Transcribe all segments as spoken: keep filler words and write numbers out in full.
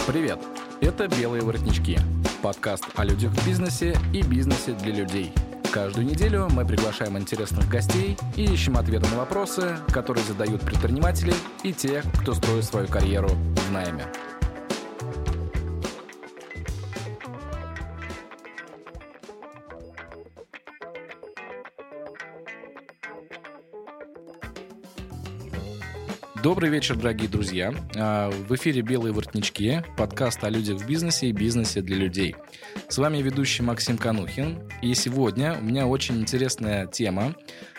Привет! Это «Белые воротнички» – подкаст о людях в бизнесе и бизнесе для людей. Каждую неделю мы приглашаем интересных гостей и ищем ответы на вопросы, которые задают предприниматели и те, кто строит свою карьеру в найме. Добрый вечер, дорогие друзья. В эфире «Белые воротнички», подкаст о людях в бизнесе и бизнесе для людей. С вами ведущий Максим Канухин. И сегодня у меня очень интересная тема.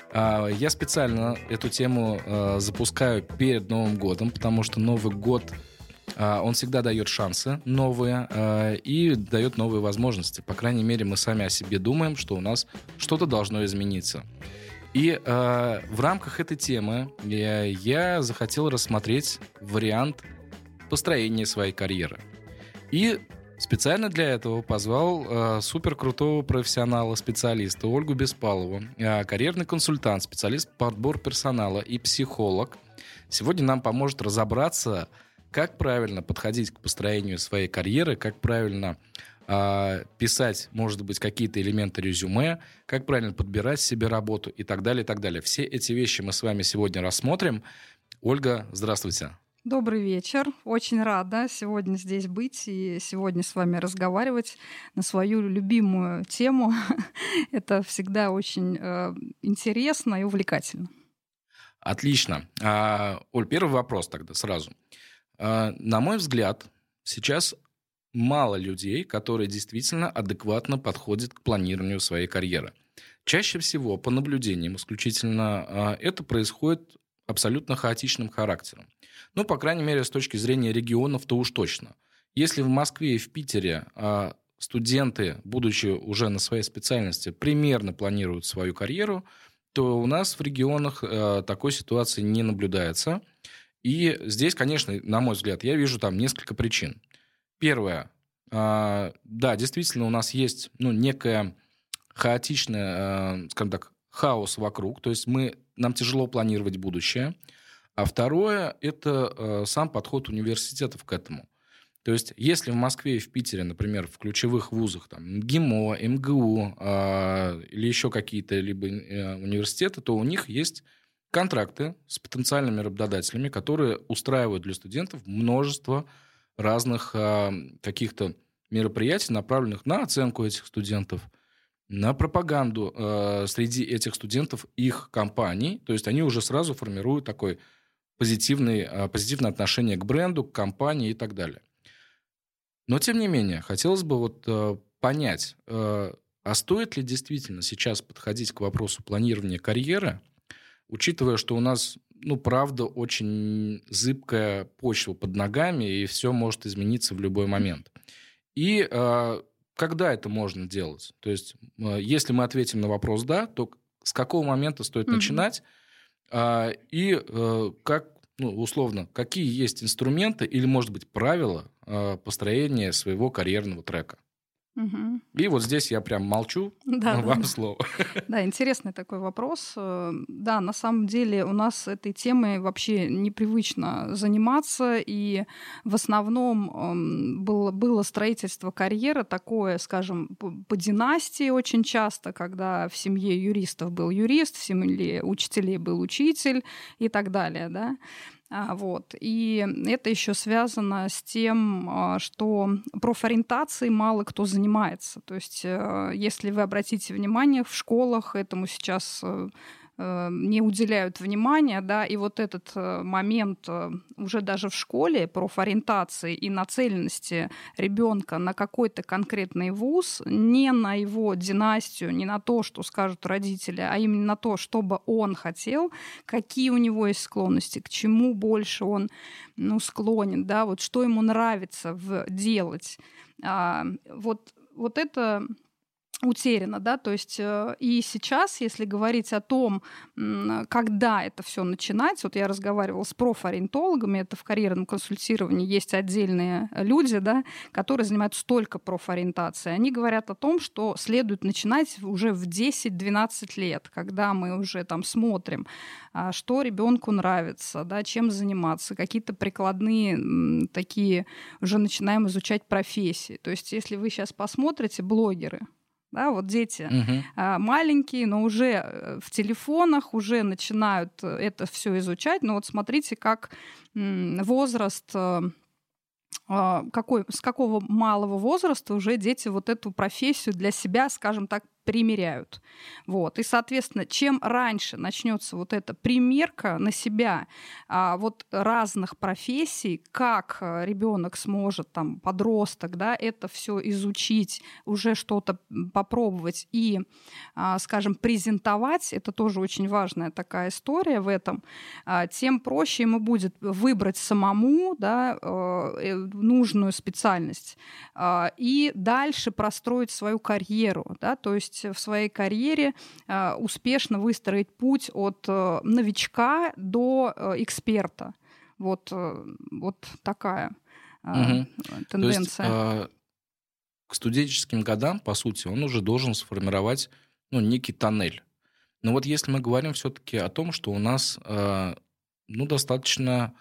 Я специально эту тему запускаю перед Новым годом, потому что Новый год, он всегда дает шансы новые и дает новые возможности. По крайней мере, мы сами о себе думаем, что у нас что-то должно измениться. И э, в рамках этой темы я, я захотел рассмотреть вариант построения своей карьеры. И специально для этого позвал э, суперкрутого профессионала, специалиста Ольгу Беспалову, э, карьерный консультант, специалист по отбору персонала и психолог. Сегодня нам поможет разобраться, как правильно подходить к построению своей карьеры, как правильно писать, может быть, какие-то элементы резюме, как правильно подбирать себе работу и так далее, и так далее. Все эти вещи мы с вами сегодня рассмотрим. Ольга, здравствуйте. Добрый вечер. Очень рада сегодня здесь быть и сегодня с вами разговаривать на свою любимую тему. Это всегда очень э, интересно и увлекательно. Отлично. А, Оль, первый вопрос тогда сразу. А, на мой взгляд, сейчас мало людей, которые действительно адекватно подходят к планированию своей карьеры. Чаще всего, по наблюдениям исключительно, это происходит абсолютно хаотичным характером. Ну, по крайней мере, с точки зрения регионов, то уж точно. Если в Москве и в Питере студенты, будучи уже на своей специальности, примерно планируют свою карьеру, то у нас в регионах такой ситуации не наблюдается. И здесь, конечно, на мой взгляд, я вижу там несколько причин. Первое. Да, действительно, у нас есть ну, некая хаотичная, скажем так, хаос вокруг. То есть мы, нам тяжело планировать будущее. А второе – это сам подход университетов к этому. То есть если в Москве и в Питере, например, в ключевых вузах, там, ГИМО, МГУ или еще какие-то либо университеты, то у них есть контракты с потенциальными работодателями, которые устраивают для студентов множество разных а, каких-то мероприятий, направленных на оценку этих студентов, на пропаганду а, среди этих студентов их компаний. То есть они уже сразу формируют такое позитивное, а, позитивное отношение к бренду, к компании и так далее. Но, тем не менее, хотелось бы вот, а, понять, а, а стоит ли действительно сейчас подходить к вопросу планирования карьеры, учитывая, что у нас ну, правда, очень зыбкая почва под ногами, и все может измениться в любой момент. И э, когда это можно делать? То есть, э, если мы ответим на вопрос «да», то с какого момента стоит mm-hmm. начинать? Э, и э, как, ну, условно, какие есть инструменты или, может быть, правила э, построения своего карьерного трека? Угу. И вот здесь я прям молчу, да, вам да. слово. Да, интересный такой вопрос. Да, на самом деле у нас этой темой вообще непривычно заниматься, и в основном было, было строительство карьеры такое, скажем, по, по династии очень часто, когда в семье юристов был юрист, в семье учителей был учитель и так далее, да. А, вот. И это еще связано с тем, что профориентацией мало кто занимается. То есть, если вы обратите внимание, в школах этому сейчас не уделяют внимания, да, и вот этот момент уже даже в школе профориентации и нацеленности ребенка на какой-то конкретный вуз, не на его династию, не на то, что скажут родители, а именно на то, что бы он хотел, какие у него есть склонности, к чему больше он ну, склонен, да, вот что ему нравится в, делать. А, вот, вот это... утеряно, да, то есть э, и сейчас, если говорить о том, м, когда это все начинать, вот я разговаривала с профориентологами, это в карьерном консультировании есть отдельные люди, да, которые занимаются только профориентацией, они говорят о том, что следует начинать уже в десять-двенадцать лет, когда мы уже там смотрим, а, что ребенку нравится, да, чем заниматься, какие-то прикладные м, такие, уже начинаем изучать профессии, то есть если вы сейчас посмотрите, блогеры, да, вот дети Мгм. а, маленькие, но уже э, в телефонах уже начинают э, это все изучать. Но вот смотрите, как м, возраст, э, а, какой, с какого малого возраста уже дети вот эту профессию для себя, скажем так, примеряют. Вот. И, соответственно, чем раньше начнется вот эта примерка на себя а, вот разных профессий, как ребенок сможет, там, подросток, да, это все изучить, уже что-то попробовать и, а, скажем, презентовать, это тоже очень важная такая история в этом, а, тем проще ему будет выбрать самому, да, э, нужную специальность а, и дальше простроить свою карьеру, да, то есть в своей карьере э, успешно выстроить путь от э, новичка до э, эксперта. Вот, э, вот такая э, Мгм. тенденция. То есть, э, к студенческим годам, по сути, он уже должен сформировать, ну, некий тоннель. Но вот если мы говорим все-таки о том, что у нас э, ну, достаточно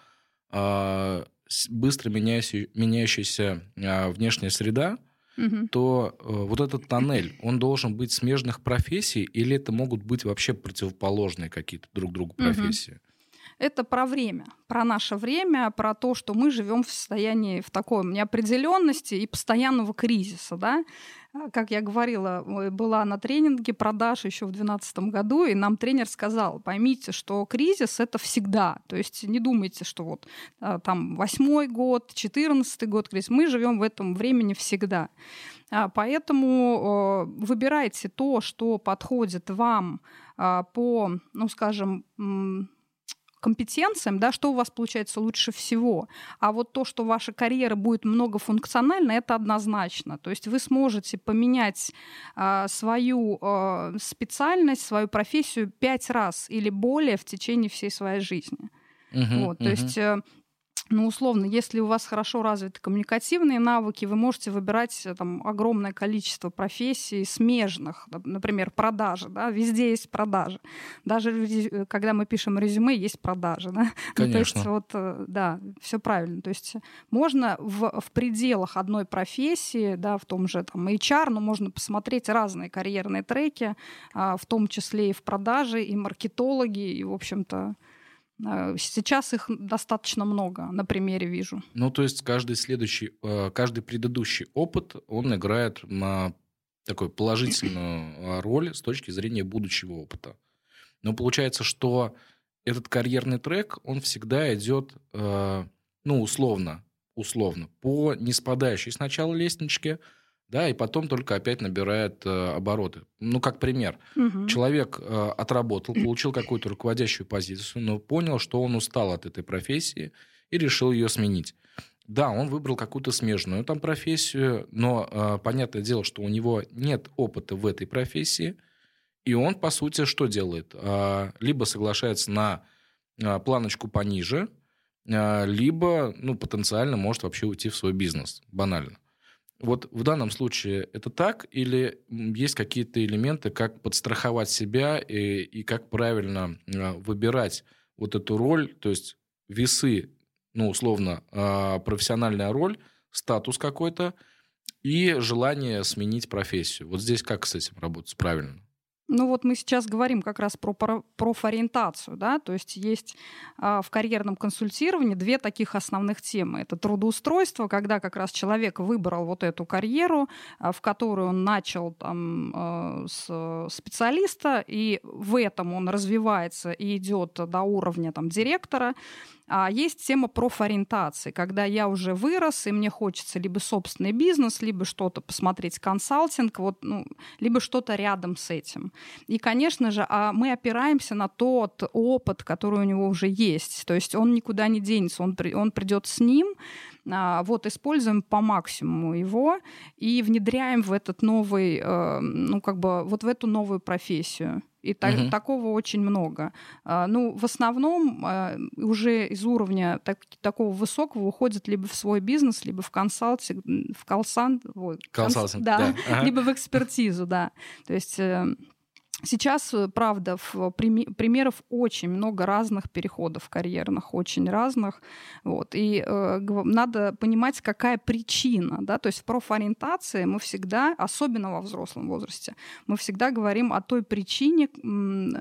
э, с- быстро меняющаяся, меняющаяся э, внешняя среда, Мгм. то э, вот этот тоннель, он должен быть смежных профессий, или это могут быть вообще противоположные какие-то друг другу Мгм. профессии? Это про время, про наше время, про то, что мы живем в состоянии в такой неопределенности и постоянного кризиса, да. А, Как я говорила, ой, была на тренинге продаж еще в две тысячи двенадцатом году, и нам тренер сказал: поймите, что кризис — это всегда. То есть не думайте, что вот а, там восьмой год, четырнадцатый год кризис. Мы живем в этом времени всегда. А, Поэтому э, выбирайте то, что подходит вам а, по, ну, скажем, м, компетенциям, да, что у вас получается лучше всего. А вот то, что ваша карьера будет многофункциональна, это однозначно. То есть вы сможете поменять а, свою а, специальность, свою профессию пять раз или более в течение всей своей жизни. Мгм, Вот, то мгм. есть э, ну, условно, если у вас хорошо развиты коммуникативные навыки, вы можете выбирать э, там огромное количество профессий смежных, Нап- например, продажи, да, везде есть продажи. Даже в рез- э, когда мы пишем резюме, есть продажи, да. Ну, то есть Конечно. вот, э, да, все правильно. То есть можно в, в пределах одной профессии, да, в том же там эйч ар, но можно посмотреть разные карьерные треки, а, в том числе и в продаже, и маркетологи, и, в общем-то, Э, Сейчас их достаточно много, на примере вижу. Ну, то есть каждый следующий, э, каждый предыдущий опыт, он играет на такую положительную э, роль с точки зрения будущего опыта. Но получается, что этот карьерный трек, он всегда идет, э, ну, условно, условно, по неспадающей сначала лестничке, да, и потом только опять набирает э, обороты. Ну, как пример. Мгм. Человек э, отработал, получил какую-то руководящую позицию, но понял, что он устал от этой профессии и решил ее сменить. Да, он выбрал какую-то смежную там профессию, но э, понятное дело, что у него нет опыта в этой профессии, и он, по сути, что делает? А, Либо соглашается на а, планочку пониже, а, либо, ну, потенциально может вообще уйти в свой бизнес, банально. Вот в данном случае это так, или м, есть какие-то элементы, как подстраховать себя и, и как правильно а, выбирать вот эту роль, то есть весы, ну, условно, а, профессиональная роль, статус какой-то и желание сменить профессию. Вот здесь как с этим работать правильно? Ну вот мы сейчас говорим как раз про про- профориентацию, да, то есть есть а, в карьерном консультировании две таких основных темы. Это трудоустройство, когда как раз человек выбрал вот эту карьеру, а, в которую он начал там а, с специалиста, и в этом он развивается и идет до уровня там директора. А есть тема профориентации, когда я уже вырос, и мне хочется либо собственный бизнес, либо что-то посмотреть, консалтинг, вот, ну, либо что-то рядом с этим. И, конечно же, а мы опираемся на тот опыт, который у него уже есть. То есть он никуда не денется, он, при, он придет с ним, вот используем по максимуму его и внедряем в этот новый, ну, как бы, вот в эту новую профессию. И та- Мгм. такого очень много. А, Ну, в основном а, уже из уровня так- такого высокого уходят либо в свой бизнес, либо в консалтинг, м, в колсан, вот, конс- Консалтинг, да, да. Ага. либо в экспертизу, да. То есть э, сейчас, э, правда, в прими- примеров очень много разных переходов карьерных, очень разных. Вот. И э, гв- надо понимать, какая причина. Да? То есть в профориентации мы всегда, особенно во взрослом возрасте, мы всегда говорим о той причине, м,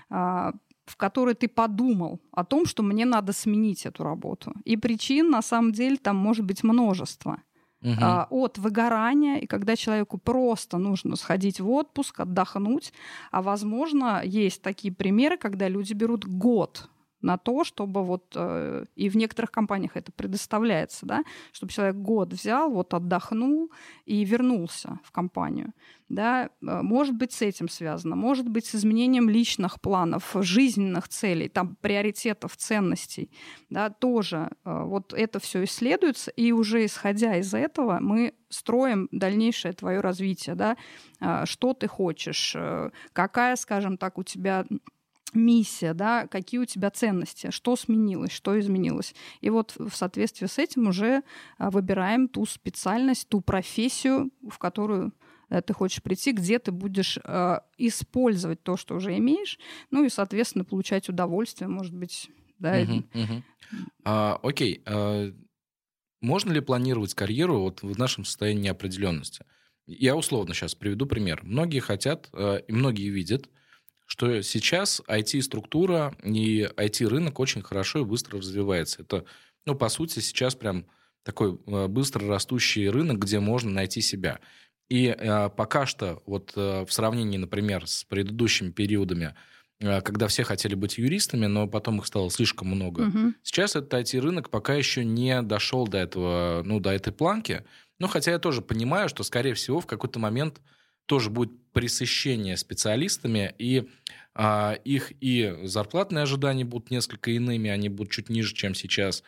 а, в которой ты подумал о том, что мне надо сменить эту работу. И причин, на самом деле, там может быть множество. Мгм. А, от выгорания, и когда человеку просто нужно сходить в отпуск, отдохнуть. А возможно, есть такие примеры, когда люди берут год на то, чтобы вот, э, и в некоторых компаниях это предоставляется, да, чтобы человек год взял, вот отдохнул и вернулся в компанию. Да. Э, Может быть, с этим связано, может быть, с изменением личных планов, жизненных целей, там, приоритетов, ценностей. Да, тоже э, вот это все исследуется, и уже исходя из этого мы строим дальнейшее твое развитие, да, Э, что ты хочешь, э, какая, скажем так, у тебя миссия, да, какие у тебя ценности, что сменилось, что изменилось. И вот в соответствии с этим уже а, выбираем ту специальность, ту профессию, в которую э, ты хочешь прийти, где ты будешь э, использовать то, что уже имеешь, ну и, соответственно, получать удовольствие, может быть, да. и- Мгм. Мгм. А, окей. а, Можно ли планировать карьеру вот в нашем состоянии неопределенности? Я условно сейчас приведу пример. Многие хотят, э, и многие видят, что сейчас ай ти-структура и ай ти-рынок очень хорошо и быстро развивается. Это, ну, по сути, сейчас прям такой э, быстро растущий рынок, где можно найти себя. И э, пока что, вот э, в сравнении, например, с предыдущими периодами, э, когда все хотели быть юристами, но потом их стало слишком много, Мгм. сейчас этот ай ти-рынок пока еще не дошел до этого, ну, до этой планки. Ну, хотя я тоже понимаю, что, скорее всего, в какой-то момент тоже будет пресыщение специалистами, и а, их и зарплатные ожидания будут несколько иными, они будут чуть ниже, чем сейчас,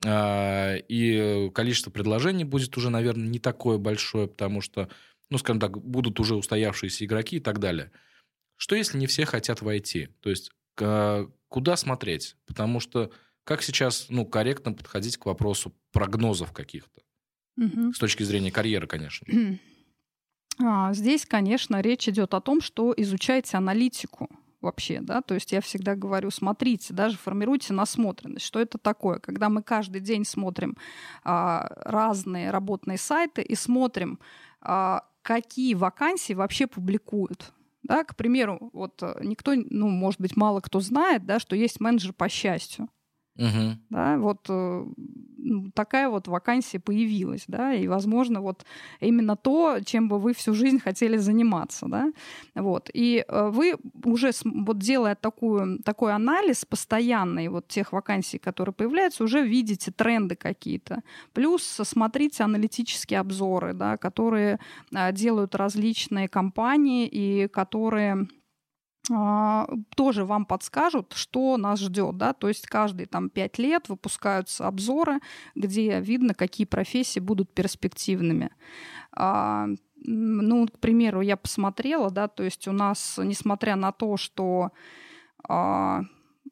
а, и количество предложений будет уже, наверное, не такое большое, потому что, ну, скажем так, будут уже устоявшиеся игроки и так далее. Что если не все хотят войти? То есть к- куда смотреть? Потому что как сейчас, ну, корректно подходить к вопросу прогнозов каких-то? Мгм. С точки зрения карьеры, конечно. А, Здесь, конечно, речь идет о том, что изучайте аналитику вообще, да, то есть я всегда говорю, смотрите, даже формируйте насмотренность. Что это такое? Когда мы каждый день смотрим а, разные работные сайты и смотрим, а, какие вакансии вообще публикуют. Да, к примеру, вот э, никто, ну, может быть, мало кто знает, да, что есть менеджер по счастью. Мгм. Да, вот э, ну, такая вот вакансия появилась, да, и, возможно, вот именно то, чем бы вы всю жизнь хотели заниматься, да, вот. И э, вы уже, см- вот делая такую, такой анализ постоянный вот тех вакансий, которые появляются, уже видите тренды какие-то. Плюс смотрите аналитические обзоры, да, которые а, делают различные компании и которые а, тоже вам подскажут, что нас ждет, да, то есть каждые там пять лет выпускаются обзоры, где видно, какие профессии будут перспективными. А, м, ну, к примеру, я посмотрела, да, то есть у нас, несмотря на то, что а,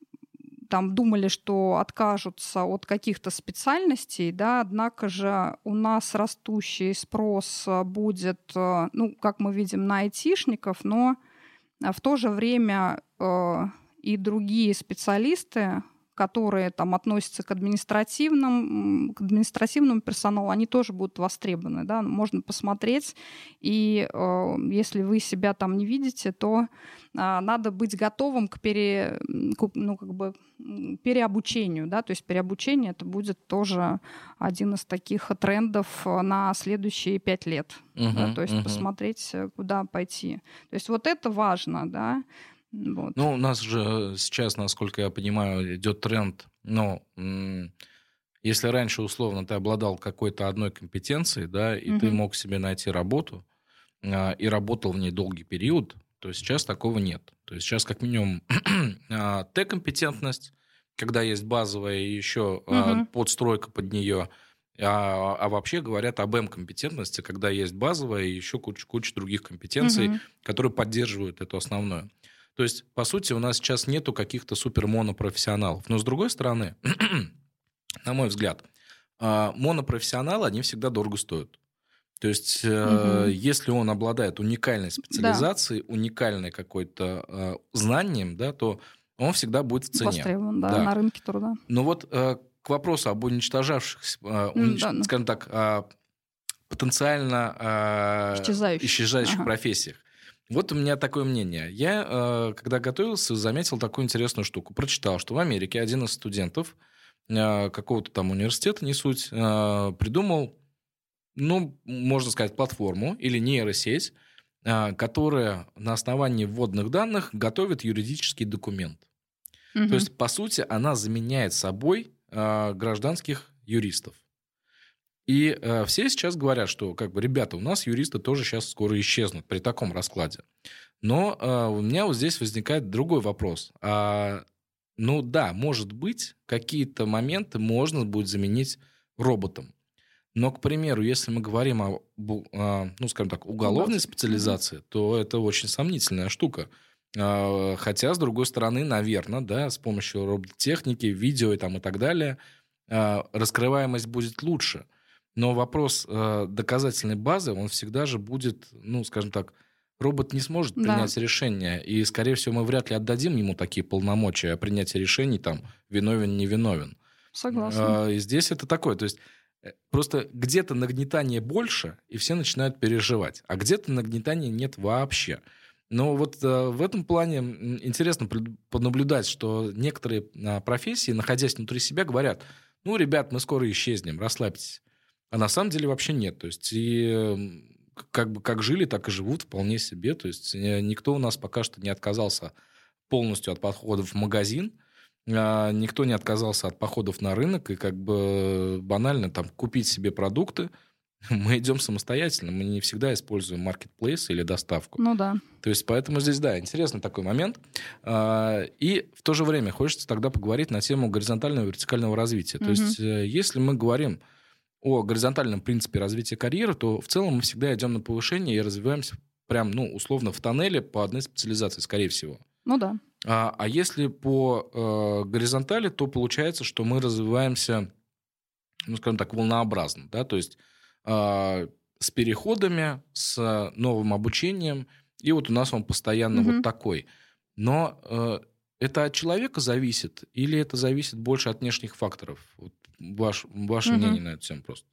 там думали, что откажутся от каких-то специальностей, да, однако же у нас растущий спрос а, будет, а, ну, как мы видим, на айтишников, но а в то же время э, и другие специалисты, которые там относятся к административным, м, к административному персоналу, они тоже будут востребованы, да, можно посмотреть, и э, если вы себя там не видите, то а, надо быть готовым к пере, м, к, ну, как бы, м, переобучению, да, то есть переобучение это будет тоже один из таких трендов э, на следующие пять лет, да, Мгм. то есть Мгм. посмотреть, э, куда пойти. То есть вот это важно, да, вот. Ну, у нас же сейчас, насколько я понимаю, идет тренд, ну, м, если раньше, условно, ты обладал какой-то одной компетенцией, да, и ты Мгм. мог себе найти работу, а, и работал в ней долгий период, то сейчас такого нет. То есть сейчас как минимум а, Т-компетентность, когда есть базовая и еще а, Мгм. подстройка под нее, а, а вообще говорят об М-компетентности, когда есть базовая и еще куча, куча других компетенций, угу. которые поддерживают эту основную. То есть, по сути, у нас сейчас нету каких-то супер-монопрофессионалов. Но, с другой стороны, на мой взгляд, монопрофессионалы, они всегда дорого стоят. То есть, угу. если он обладает уникальной специализацией, да. уникальной какой-то знанием, да, то он всегда будет в цене. Востребован, да, да, на рынке труда. Но вот к вопросу об уничтожавшихся, унич... да, скажем так, потенциально исчезающих, исчезающих ага. профессиях. Вот у меня такое мнение. Я, когда готовился, заметил такую интересную штуку. Прочитал, что в Америке один из студентов какого-то там университета, не суть, придумал, ну, можно сказать, платформу или нейросеть, которая на основании вводных данных готовит юридический документ. Угу. То есть, по сути, она заменяет собой гражданских юристов. И э, все сейчас говорят, что, как бы, ребята, у нас юристы тоже сейчас скоро исчезнут при таком раскладе. Но э, у меня вот здесь возникает другой вопрос. А, ну да, может быть, какие-то моменты можно будет заменить роботом. Но, к примеру, если мы говорим о, о ну, скажем так, уголовной специализации, то это очень сомнительная штука. А, хотя, с другой стороны, наверное, да, с помощью робототехники, видео и, там, и так далее, а, раскрываемость будет лучше. Но вопрос э, доказательной базы, он всегда же будет, ну, скажем так, робот не сможет принять да. решение. И, скорее всего, мы вряд ли отдадим ему такие полномочия о принятии решений, там, виновен, не виновен. Согласна. Э, и здесь это такое. То есть, просто где-то нагнетания больше, и все начинают переживать. А где-то нагнетания нет вообще. Но вот э, в этом плане интересно понаблюдать, что некоторые э, профессии, находясь внутри себя, говорят, ну, ребят, мы скоро исчезнем, расслабьтесь. А на самом деле вообще нет. То есть, и как бы как жили, так и живут вполне себе. То есть, никто у нас пока что не отказался полностью от походов в магазин, никто не отказался от походов на рынок, и как бы банально там купить себе продукты. Мы идем самостоятельно, мы не всегда используем маркетплейс или доставку. Ну да. То есть, поэтому здесь, да, интересный такой момент. И в то же время хочется тогда поговорить на тему горизонтального и вертикального развития. То угу. есть, если мы говорим о горизонтальном принципе развития карьеры, то в целом мы всегда идем на повышение и развиваемся прям, ну, условно, в тоннеле по одной специализации, скорее всего. Ну да. А, а если по э, горизонтали, то получается, что мы развиваемся, ну, скажем так, волнообразно, да, то есть э, с переходами, с новым обучением, и вот у нас он постоянно угу. вот такой. Но э, это от человека зависит или это зависит больше от внешних факторов? Вот ваш, ваше угу. мнение на эту тему просто.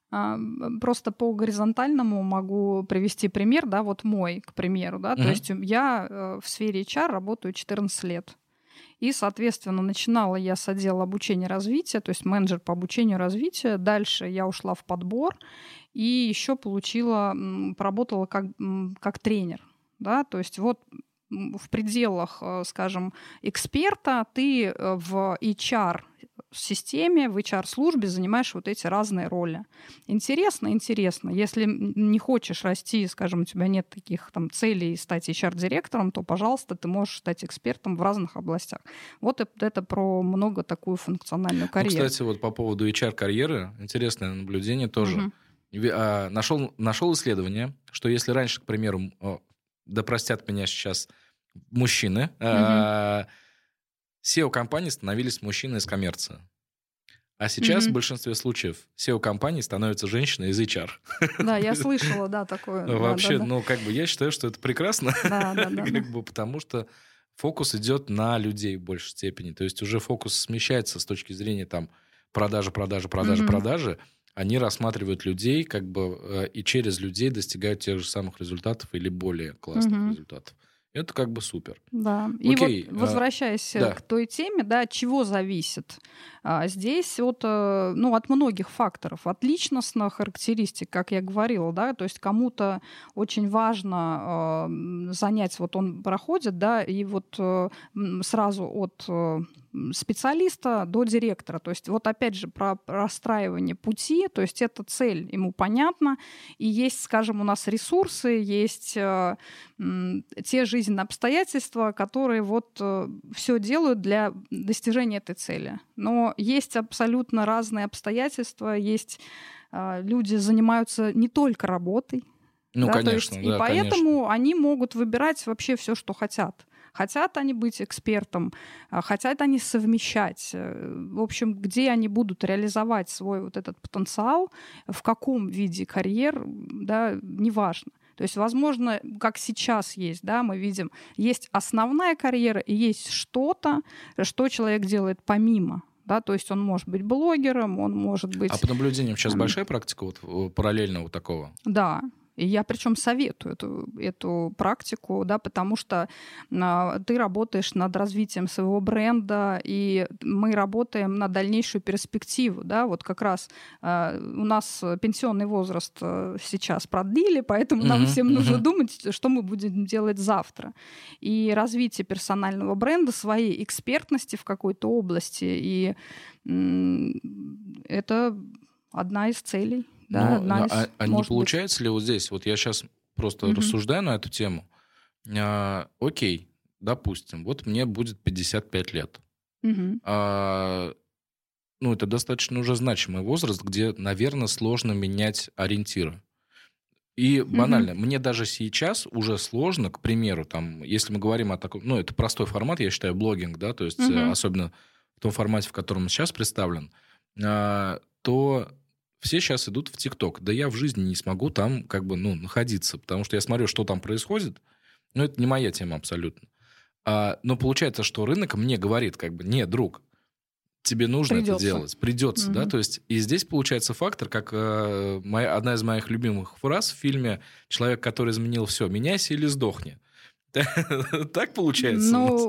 Просто по горизонтальному могу привести пример, да, вот мой, к примеру, да, uh-huh. то есть я в сфере эйч ар работаю четырнадцать лет, и, соответственно, начинала я с отдела обучения и развития, то есть менеджер по обучению и развитию, дальше я ушла в подбор и еще получила, поработала как, как тренер, да, то есть вот в пределах, скажем, эксперта ты в эйч ар системе, в эйч ар-службе занимаешь вот эти разные роли. Интересно? Интересно. Если не хочешь расти, скажем, у тебя нет таких там целей стать эйч ар-директором, то, пожалуйста, ты можешь стать экспертом в разных областях. Вот это про много такую функциональную карьеру. Ну, кстати, вот по поводу эйч ар-карьеры, интересное наблюдение тоже. Угу. Нашел, нашел исследование, что если раньше, к примеру, да простят меня сейчас мужчины, угу. си и о-компании становились мужчины из коммерции. А сейчас mm-hmm. в большинстве случаев си и о-компаний становятся женщины из эйч ар. Да, я слышала, да, такое. Вообще, да, да, ну, как бы я считаю, что это прекрасно, да, да, да, как бы, потому что фокус идет на людей в большей степени. То есть уже фокус смещается с точки зрения там продажи, продажи, продажи, mm-hmm. продажи. Они рассматривают людей, как бы, и через людей достигают тех же самых результатов или более классных mm-hmm. результатов. Это как бы супер. Да. И Окей. вот возвращаясь а, к той теме, да, от чего зависит? А, здесь от, ну, от многих факторов. От личностных характеристик, как я говорила, да, то есть кому-то очень важно э, занять, вот он проходит, да, и вот э, сразу от э, специалиста до директора. То есть вот опять же про простраивание пути, то есть эта цель ему понятна, и есть, скажем, у нас ресурсы, есть э, м, те жизненные обстоятельства, которые вот э, все делают для достижения этой цели. Но есть абсолютно разные обстоятельства, есть э, люди занимаются не только работой, Ну, да, конечно, то есть, да, и поэтому конечно. они могут выбирать вообще все, что хотят. Хотят они быть экспертом, хотят они совмещать. В общем, где они будут реализовать свой вот этот потенциал, в каком виде карьер, да, неважно. То есть, возможно, как сейчас есть, да, мы видим, есть основная карьера и есть что-то, что человек делает помимо. Да, то есть он может быть блогером, он может быть... А по наблюдениям сейчас эм, большая практика вот параллельно вот такого? Да. И я причем советую эту, эту практику, да, потому что а, ты работаешь над развитием своего бренда, и мы работаем на дальнейшую перспективу. Да, вот как раз а, у нас пенсионный возраст а, сейчас продлили, поэтому нам Мгм, всем нужно мгм. думать, что мы будем делать завтра. И развитие персонального бренда, своей экспертности в какой-то области, и м, это одна из целей. Да, Но одна а, из, а не может быть. получается ли вот здесь, вот я сейчас просто Мгм. рассуждаю на эту тему, а, окей, допустим, вот мне будет пятьдесят пять лет. Мгм. А, ну, это достаточно уже значимый возраст, где, наверное, сложно менять ориентиры. И Мгм. банально, мне даже сейчас уже сложно, к примеру, там, если мы говорим о таком, ну, это простой формат, я считаю, блогинг, да, то есть э, Мгм. особенно в том формате, в котором он сейчас представлен, а, то все сейчас идут в ТикТок. Да я в жизни не смогу там как бы, ну, находиться, потому что я смотрю, что там происходит, но это не моя тема абсолютно. А, но получается, что рынок мне говорит, как бы, не, друг, тебе нужно это Придется. делать, придется, да, Мгм. то есть и здесь получается фактор, как э, моя, одна из моих любимых фраз в фильме «Человек, который изменил все, меняйся или сдохни». Так получается у нас? Ну,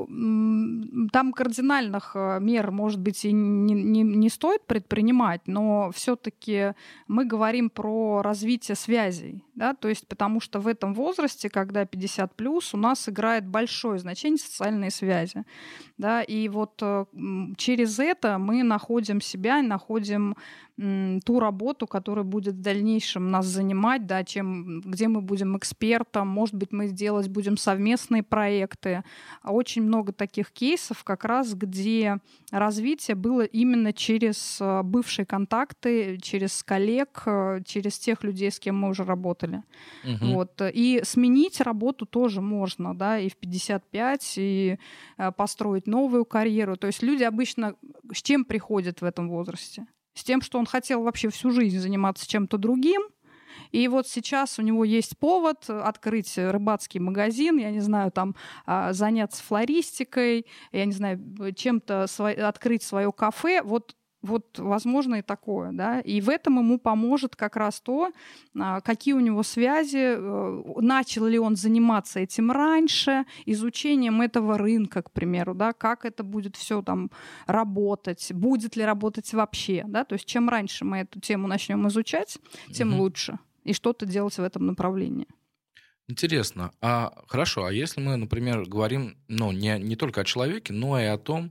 м, там кардинальных э, мер, может быть, и не, не- не стоит предпринимать, но все-таки мы говорим про развитие связей, да, то есть потому что в этом возрасте, когда пятьдесят плюс, у нас играет большое значение социальные связи, да, и вот э, м, через это мы находим себя, находим м, ту работу, которая будет в дальнейшем нас занимать, да, чем, где мы будем экспертом, может быть, мы делать будем совместные проекты. А Очень много таких кейсов, как раз где развитие было именно через э, бывшие контакты, через коллег, э, через тех людей, с кем мы уже работали. Мгм. Вот. И сменить работу тоже можно, да, и в пятьдесят пять, и э, построить новую карьеру. То есть люди обычно с чем приходят в этом возрасте? С тем, что он хотел вообще всю жизнь заниматься чем-то другим, и вот сейчас у него есть повод открыть рыбацкий магазин, я не знаю, там а, заняться флористикой, я не знаю, б- чем-то сво- открыть свое кафе. Вот вот, возможно, и такое, да. И в этом ему поможет как раз то, а, какие у него связи, э, начал ли он заниматься этим раньше, изучением этого рынка, к примеру, да, как это будет все там работать, будет ли работать вообще, да. То есть чем раньше мы эту тему начнем изучать, тем Мгм. лучше. И что-то делать в этом направлении. Интересно. А хорошо, а если мы, например, говорим, ну, не, не только о человеке, но и о том,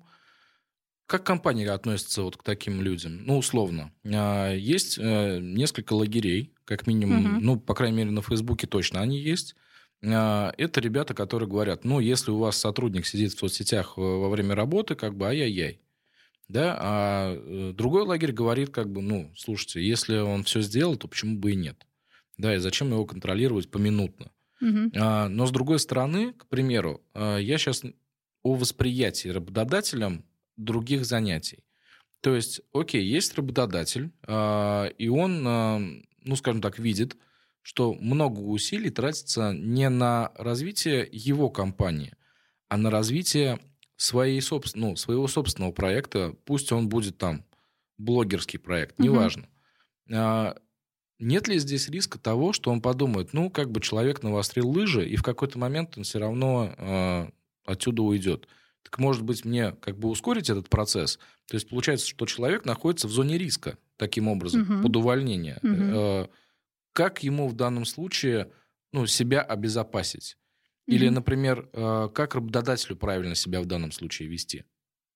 как компания относится вот к таким людям? Ну, условно. А, Есть э, несколько лагерей, как минимум, Мгм. ну, по крайней мере, на Фейсбуке точно они есть. А, Это ребята, которые говорят, ну, если у вас сотрудник сидит в соцсетях э, во время работы, как бы ай-яй-яй. Да, а э, другой лагерь говорит, как бы, ну, слушайте, если он все сделал, то почему бы и нет? Да, и зачем его контролировать поминутно? Мгм. А, Но, с другой стороны, к примеру, а, я сейчас о восприятии работодателем других занятий. То есть, окей, есть работодатель, а, и он, а, ну, скажем так, видит, что много усилий тратится не на развитие его компании, а на развитие своей собс- ну, своего собственного проекта, пусть он будет там блогерский проект, Мгм. неважно. А, Нет ли здесь риска того, что он подумает, ну, как бы человек навострил лыжи, и в какой-то момент он все равно э, отсюда уйдет? Так, может быть, мне как бы ускорить этот процесс? То есть получается, что человек находится в зоне риска таким образом, Мгм. под увольнение. Мгм. Э, Как ему в данном случае, ну, себя обезопасить? Или, Мгм. например, э, как работодателю правильно себя в данном случае вести?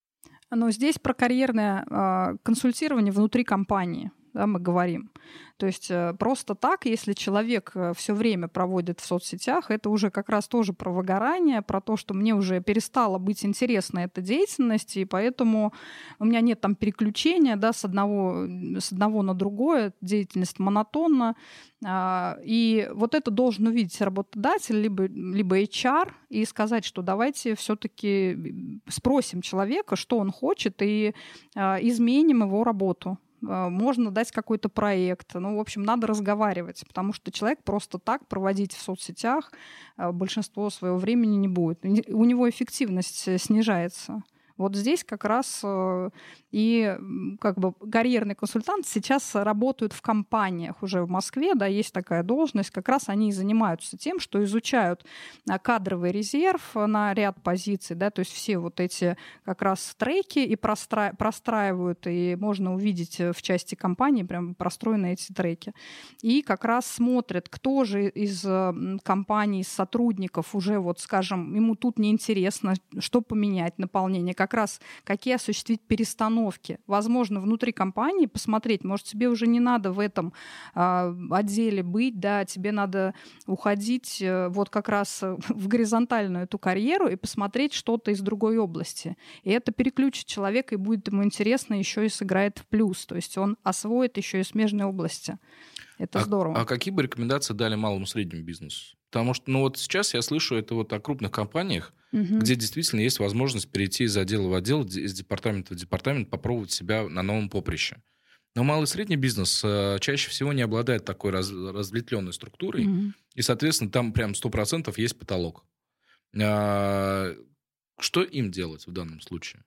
Но здесь про карьерное э, консультирование внутри компании, да, мы говорим. То есть э, просто так, если человек все время проводит в соцсетях, это уже как раз тоже про выгорание, про то, что мне уже перестала быть интересна эта деятельность, и поэтому у меня нет там переключения, да, с одного, с одного на другое, деятельность монотонна. Э, и вот это должен увидеть работодатель, либо, либо эйч ар, и сказать, что давайте все-таки спросим человека, что он хочет, и э, изменим его работу. Можно дать какой-то проект. Ну, в общем, надо разговаривать, потому что человек просто так проводить в соцсетях большинство своего времени не будет. У него эффективность снижается. Вот здесь как раз и как бы карьерные консультанты сейчас работают в компаниях уже в Москве, да, есть такая должность, как раз они и занимаются тем, что изучают кадровый резерв на ряд позиций, да, то есть все вот эти как раз треки и простра... простраивают, и можно увидеть в части компании прям простроены эти треки. И как раз смотрят, кто же из компаний, из сотрудников уже, вот скажем, ему тут неинтересно, что поменять, наполнение, как раз какие осуществить перестановки. Возможно, внутри компании посмотреть, может, тебе уже не надо в этом э, отделе быть, да, тебе надо уходить э, вот как раз в горизонтальную эту карьеру и посмотреть что-то из другой области. И это переключит человека, и будет ему интересно, еще и сыграет в плюс. То есть он освоит еще и смежные области. Это а, здорово. А какие бы рекомендации дали малому и среднему бизнесу? Потому что, ну вот сейчас я слышу это вот о крупных компаниях, угу. где действительно есть возможность перейти из отдела в отдел, из департамента в департамент, попробовать себя на новом поприще. Но малый и средний бизнес э, чаще всего не обладает такой раз, разветвленной структурой, угу. и, соответственно, там прям сто процентов есть потолок. А, что им делать в данном случае?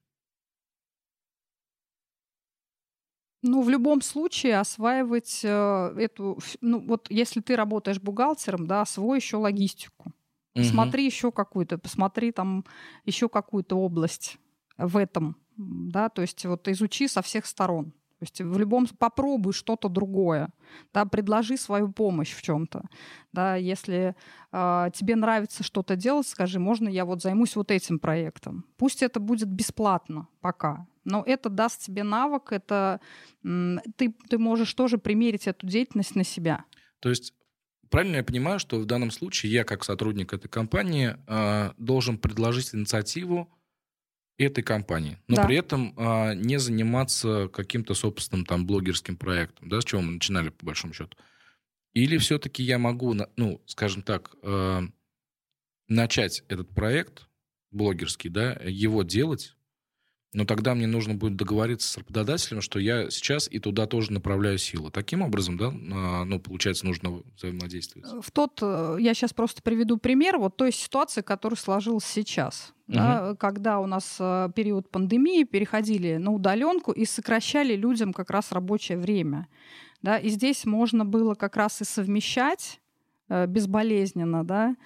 Ну, в любом случае осваивать э, эту... Ну, вот если ты работаешь бухгалтером, да, освой еще логистику. Посмотри угу. еще какую-то, посмотри там еще какую-то область в этом, да, то есть вот изучи со всех сторон. То есть в любом... Попробуй что-то другое, да, предложи свою помощь в чем-то. Да, если э, тебе нравится что-то делать, скажи, можно я вот займусь вот этим проектом. Пусть это будет бесплатно пока, но это даст тебе навык, это м, ты, ты можешь тоже примерить эту деятельность на себя. То есть правильно я понимаю, что в данном случае я, как сотрудник этой компании, э, должен предложить инициативу этой компании, но да. при этом э, не заниматься каким-то собственным там блогерским проектом, да, с чего мы начинали по большому счету. Или все-таки я могу, ну, скажем так, э, начать этот проект блогерский, да, его делать, но тогда мне нужно будет договориться с работодателем, что я сейчас и туда тоже направляю силы. Таким образом, да, ну, получается, нужно взаимодействовать. В тот, я сейчас просто приведу пример вот той ситуации, которая сложилась сейчас. Угу. Да, когда у нас период пандемии, переходили на удаленку и сокращали людям как раз рабочее время. Да, и здесь можно было как раз и совмещать безболезненно, да,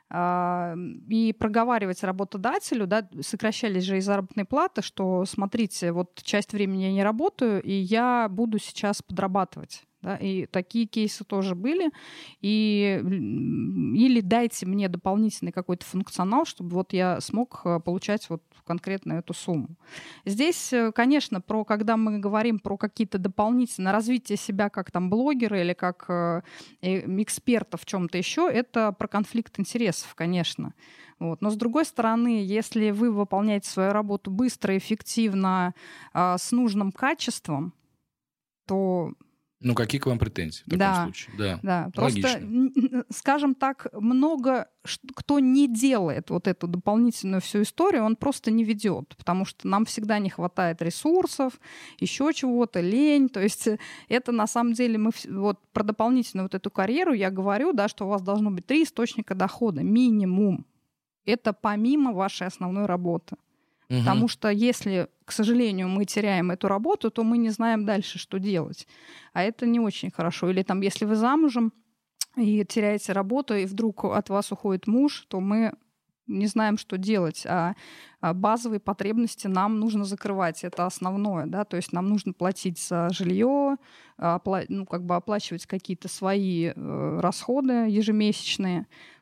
и проговаривать работодателю, да, сокращались же и заработные платы, что, смотрите, вот часть времени я не работаю, и я буду сейчас подрабатывать. Да, и такие кейсы тоже были. И, или дайте мне дополнительный какой-то функционал, чтобы вот я смог получать вот конкретно эту сумму. Здесь, конечно, про, когда мы говорим про какие-то дополнительные развитие себя как там блогера или как э, эксперта в чем-то еще, это про конфликт интересов, конечно. Вот. Но с другой стороны, если вы выполняете свою работу быстро, эффективно, э, с нужным качеством, то... Ну, какие к вам претензии в таком да, случае? Да, да. Просто, скажем так, много кто не делает вот эту дополнительную всю историю, он просто не ведет, потому что нам всегда не хватает ресурсов, еще чего-то, лень. То есть это на самом деле мы вот про дополнительную вот эту карьеру я говорю, да, что у вас должно быть три источника дохода минимум. Это помимо вашей основной работы. Угу. Потому что если, к сожалению, мы теряем эту работу, то мы не знаем дальше, что делать. А это не очень хорошо. Или там, если вы замужем и теряете работу, и вдруг от вас уходит муж, то мы не знаем, что делать. А базовые потребности нам нужно закрывать. Это основное. Да? То есть нам нужно платить за жилье, опла- ну, как бы оплачивать какие-то свои э, расходы ежемесячные.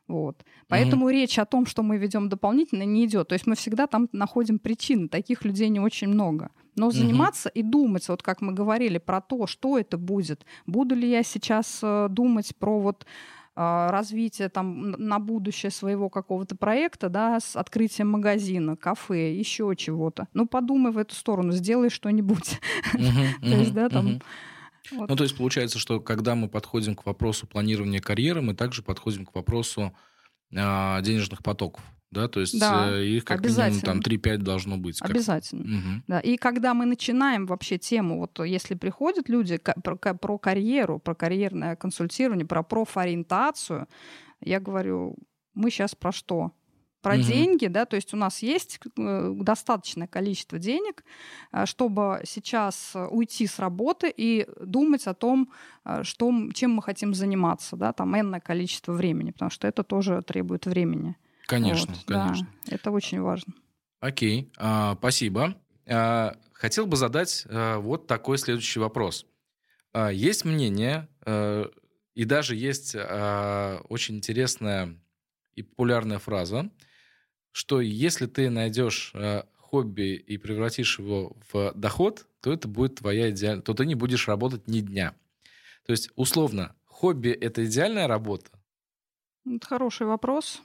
Вот. Поэтому Мгм. речь о том, что мы ведем дополнительно, не идет. То есть мы всегда там находим причины. Таких людей не очень много. Но Мгм. заниматься и думать, вот как мы говорили, про то, что это будет. Буду ли я сейчас э, думать про вот а, развитие там н- на будущее своего какого-то проекта, да, с открытием магазина, кафе, еще чего-то. Ну, подумай в эту сторону, сделай что-нибудь. Мгм. То есть, Мгм. да, там Мгм. вот. Ну, то есть получается, что когда мы подходим к вопросу планирования карьеры, мы также подходим к вопросу а, денежных потоков, да, то есть Да, э, их как минимум там обязательно. три-пять должно быть. Как... Обязательно. Мгм. Да. И когда мы начинаем вообще тему, вот если приходят люди ка- про, ка- про карьеру, про карьерное консультирование, про профориентацию, я говорю, мы сейчас про что? Про Мгм. деньги, да, то есть у нас есть э, достаточное количество денег, э, чтобы сейчас э, уйти с работы и думать о том, э, что, м- чем мы хотим заниматься, да, там энное количество времени, потому что это тоже требует времени. Вот, Конечно, да, конечно. это очень важно. Окей, а, спасибо. А, хотел бы задать а, вот такой следующий вопрос. А, есть мнение, э, и даже есть а, очень интересная и популярная фраза, что если ты найдешь э, хобби и превратишь его в доход, то это будет твоя идеальная, то ты не будешь работать ни дня. То есть, условно, хобби — это идеальная работа? Это хороший вопрос.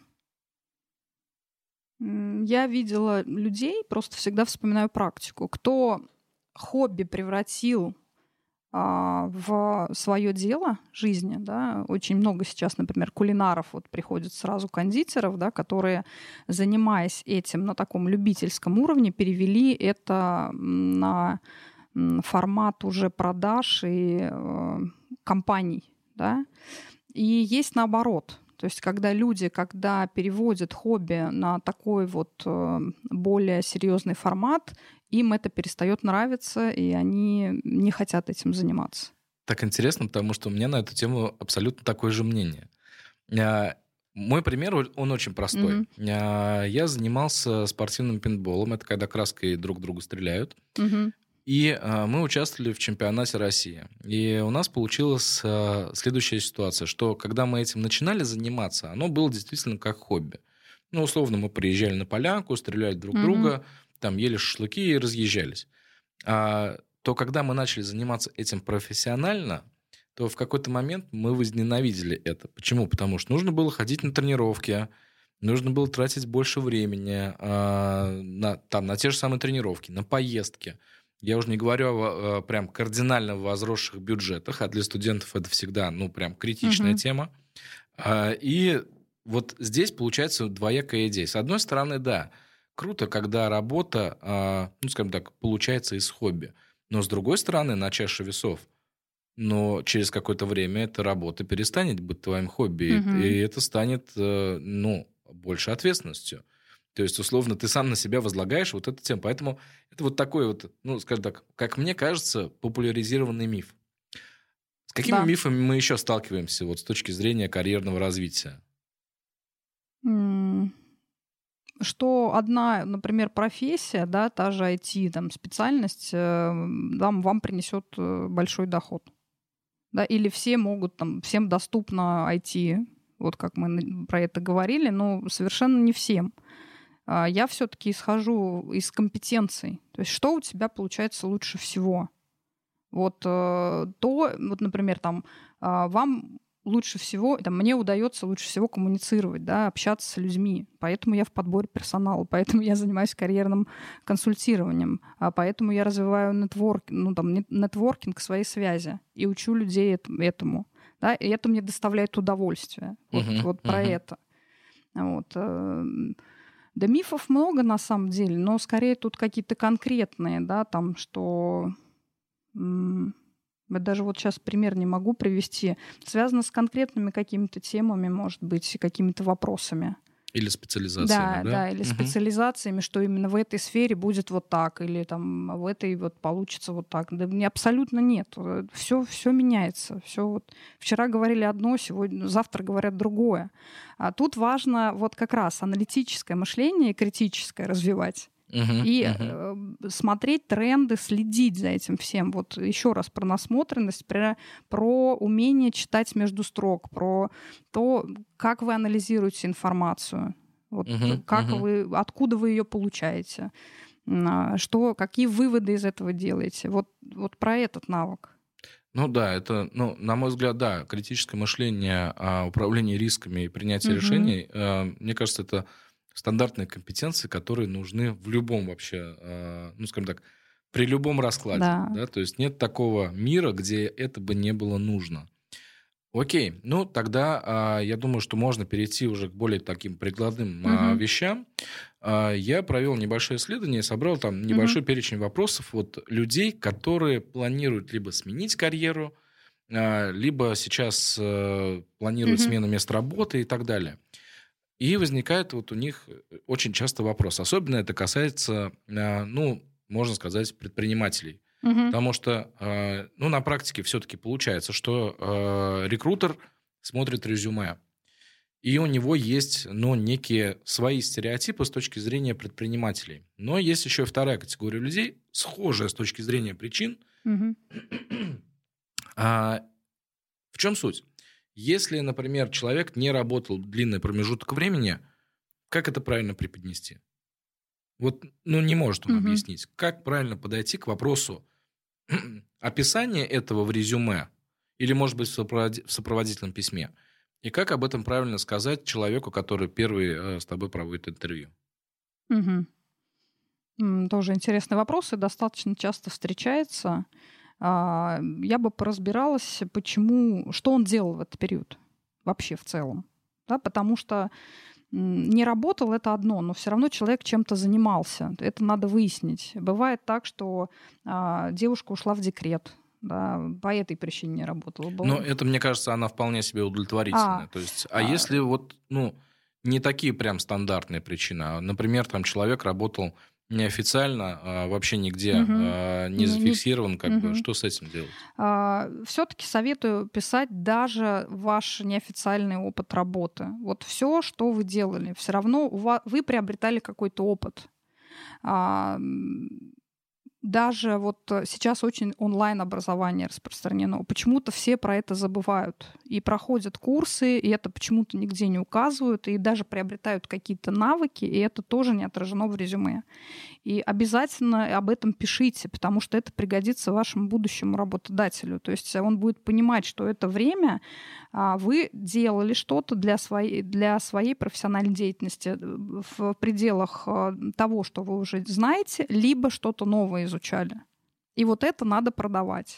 М, Я видела людей, просто всегда вспоминаю практику, кто хобби превратил а, в свое дело жизни, да, очень много сейчас, например, кулинаров, вот приходят сразу кондитеров, да, которые, занимаясь этим на таком любительском уровне, перевели это м, на м, формат уже продаж и э, компаний, да. И есть наоборот. То есть когда люди, когда переводят хобби на такой вот э, более серьезный формат, им это перестает нравиться, и они не хотят этим заниматься. Так интересно, потому что у меня на эту тему абсолютно такое же мнение. А, Мой пример, он он очень простой. Мгм. А, Я занимался спортивным пейнтболом, это когда краской друг друга стреляют. Мгм. И а, мы участвовали в чемпионате России. И у нас получилась а, следующая ситуация, что когда мы этим начинали заниматься, оно было действительно как хобби. Ну, условно, мы приезжали на полянку, стреляли друг Мгм. друга, там ели шашлыки и разъезжались. А, то когда мы начали заниматься этим профессионально, то в какой-то момент мы возненавидели это. Почему? Потому что нужно было ходить на тренировки, нужно было тратить больше времени а, на, там, на те же самые тренировки, на поездки. Я уже не говорю о, о прям кардинально возросших бюджетах, а для студентов это всегда, ну, прям критичная Мгм. тема. А, И вот здесь получается двоякая идея. С одной стороны, да, круто, когда работа, а, ну, скажем так, получается из хобби. Но с другой стороны, на чаше весов, но через какое-то время эта работа перестанет быть твоим хобби, и Мгм. и это станет, э, ну, больше ответственностью. То есть, условно, ты сам на себя возлагаешь вот эту тему. Поэтому это вот такой вот, ну, скажем так, как мне кажется, популяризированный миф. С какими Да. мифами мы еще сталкиваемся вот с точки зрения карьерного развития? М, Что одна, например, профессия, да, та же ай ти, там, специальность, э, вам, вам принесет э, большой доход. Да, или все могут, там, всем доступно ай ти, вот как мы на- про это говорили, но совершенно не всем. А, Я все-таки исхожу из компетенций. То есть что у тебя получается лучше всего? Вот э, то, вот, например, там, а, вам лучше всего, там, мне удается лучше всего коммуницировать, да, общаться с людьми. Поэтому я в подборе персонала, поэтому я занимаюсь карьерным консультированием, а поэтому я развиваю нетворк, ну, там, нет- нетворкинг, свои связи и учу людей эт- этому. Да, и это мне доставляет удовольствие. Вот, Мгм, вот про мгм. это. Вот. э, Да, мифов много на самом деле, но скорее тут какие-то конкретные, да, там, что м, я даже вот сейчас пример не могу привести. Связано с конкретными какими-то темами, может быть, и какими-то вопросами. Или специализациями, Да, да? да, или Мгм. специализациями, что именно в этой сфере будет вот так, или там в этой вот получится вот так. Да не, абсолютно нет. Все, все меняется. Все вот вчера говорили одно, сегодня, завтра говорят другое. А тут важно вот как раз аналитическое мышление и критическое развивать. Мгм, И мгм. э, смотреть тренды, следить за этим всем. Вот еще раз про насмотренность, про, про умение читать между строк, про то, как вы анализируете информацию, вот Мгм, как мгм. вы, откуда вы ее получаете, м, а, что, какие выводы из этого делаете. Вот, вот про этот навык. Ну да, это, ну, на мой взгляд, да, критическое мышление, а, управление рисками и принятие Мгм. решений, э, мне кажется, это стандартные компетенции, которые нужны в любом вообще, э, ну, скажем так, при любом раскладе, Да. да, то есть нет такого мира, где это бы не было нужно. Окей, ну тогда а, я думаю, что можно перейти уже к более таким прикладным а, Мгм. вещам. А, я провел небольшое исследование, собрал там Мгм. небольшой перечень вопросов от людей, которые планируют либо сменить карьеру, а, либо сейчас э, планируют Мгм. смену места работы и так далее. И возникает вот у них э, очень часто вопрос. Особенно это касается, а, ну, можно сказать, предпринимателей. Мгм. Потому что, а, ну, на практике все-таки получается, что а, рекрутер смотрит резюме, и у него есть, ну, некие свои стереотипы с точки зрения предпринимателей. Но есть еще и вторая категория людей, схожая с точки зрения причин. Мгм. А, в чем суть? Если, например, человек не работал длинный промежуток времени, как это правильно преподнести? Вот, ну, не может он Мгм. объяснить, как правильно подойти к вопросу описания этого в резюме или, может быть, в сопроводи- в сопроводительном письме, и как об этом правильно сказать человеку, который первый э, с тобой проводит интервью. Мгм. М, Тоже интересный вопрос и достаточно часто встречается. А, Я бы поразбиралась, почему, что он делал в этот период вообще в целом. Да, потому что м, не работал это одно, но все равно человек чем-то занимался. Это надо выяснить. Бывает так, что а, девушка ушла в декрет, да, по этой причине не работала. Но Был- это, мне кажется, она вполне себе А, удовлетворительная. То есть, а а, если вот, ну, не такие прям стандартные причины, а, например, там человек работал неофициально, а, вообще нигде мгм. а, не Не- не- зафиксирован, как бы, мгм. что с этим делать? Все-таки советую писать даже ваш неофициальный опыт работы. Вот все, что вы делали, все равно у ва- вы приобретали какой-то опыт. А, м, Даже вот э, сейчас очень онлайн-образование распространено. Почему-то все про это забывают. И проходят курсы, и это почему-то нигде не указывают, и даже приобретают какие-то навыки, и это тоже не отражено в резюме. И обязательно об этом пишите, потому что это пригодится вашему будущему работодателю. То есть он будет понимать, что это время а, вы делали что-то для своей, для своей профессиональной деятельности э, в пределах а, того, что вы уже знаете, либо что-то новое изучали. И вот это надо продавать.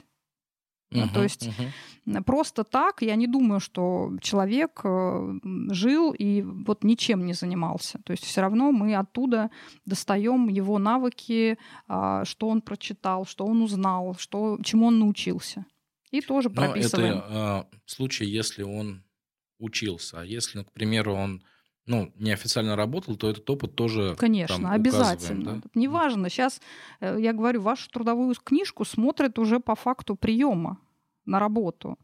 Да, то Мгм, есть мгм. м, просто так я не думаю, что человек э, м, жил и вот ничем не занимался. То есть все равно мы оттуда достаем его навыки, а, что он прочитал, что он узнал, что, чему он научился. И тоже Но это прописываем. а, случай, если он учился. А если, ну, к примеру, он, ну, неофициально работал, то этот опыт тоже там Конечно, указываем, обязательно. да? Тут М. неважно. Сейчас, я говорю, вашу трудовую книжку смотрят уже по факту приема на работу.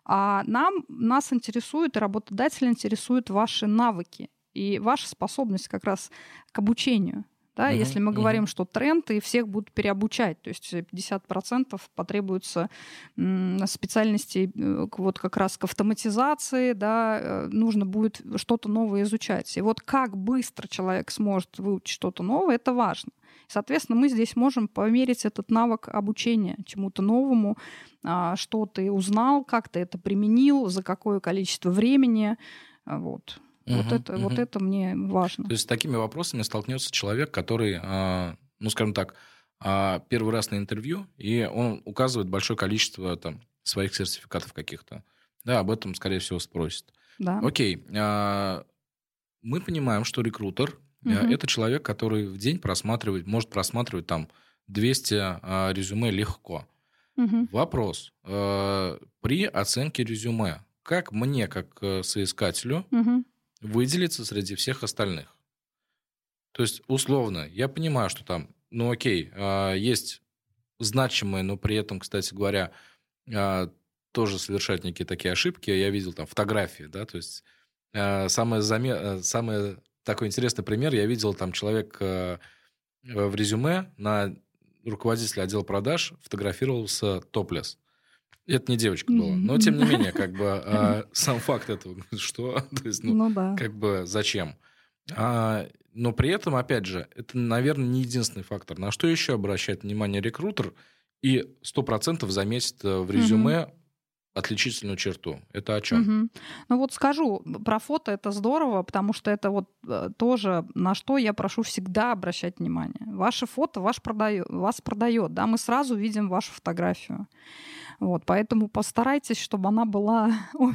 А нам, нас интересует, и работодатель интересует ваши навыки и ваша способность как раз к обучению. Да, если Мгм, мы говорим, мгм. что тренд, и всех будут переобучать, то есть пятьдесят процентов потребуется м, специальностей э, к- вот как раз к автоматизации, да, э, нужно будет что-то новое изучать. И вот как быстро человек сможет выучить что-то новое, это важно. Соответственно, мы здесь можем померить этот навык обучения чему-то новому, а, что ты узнал, как ты это применил, за какое количество времени. А, Вот. Вот Мгм, это, вот мгм. это мне важно. То есть с такими вопросами столкнется человек, который, а, ну, скажем так, а, первый раз на интервью, и он указывает большое количество там своих сертификатов каких-то. Да, об этом, скорее всего, спросит. Да. Окей. а, Мы понимаем, что рекрутер а, Мгм. это человек, который в день просматривает, может просматривать там двести а, резюме легко. Мгм. Вопрос. а, При оценке резюме, как мне, как э, соискателю, Мгм. выделиться среди всех остальных? То есть, условно, я понимаю, что там, ну окей, а, есть значимые, но при этом, кстати говоря, а, тоже совершают некие такие ошибки. Я видел там фотографии, да, то есть а, самое, заме... а, самый такой интересный пример, я видел там человек, а, в резюме на руководителя отдела продаж фотографировался топлес. Это не девочка была. Но, тем не менее, как бы а, сам факт этого, что, то есть, ну, Ну да. как бы зачем? А, но при этом, опять же, это, наверное, не единственный фактор. На что еще обращает внимание рекрутер и сто процентов заметит в резюме Мгм. отличительную черту. Это о чем? Мгм. Ну вот скажу, про фото это здорово, потому что это вот э, тоже, на что я прошу всегда обращать внимание. Ваше фото ваш продаю, вас продает, да, мы сразу видим вашу фотографию. Вот, поэтому постарайтесь, чтобы она была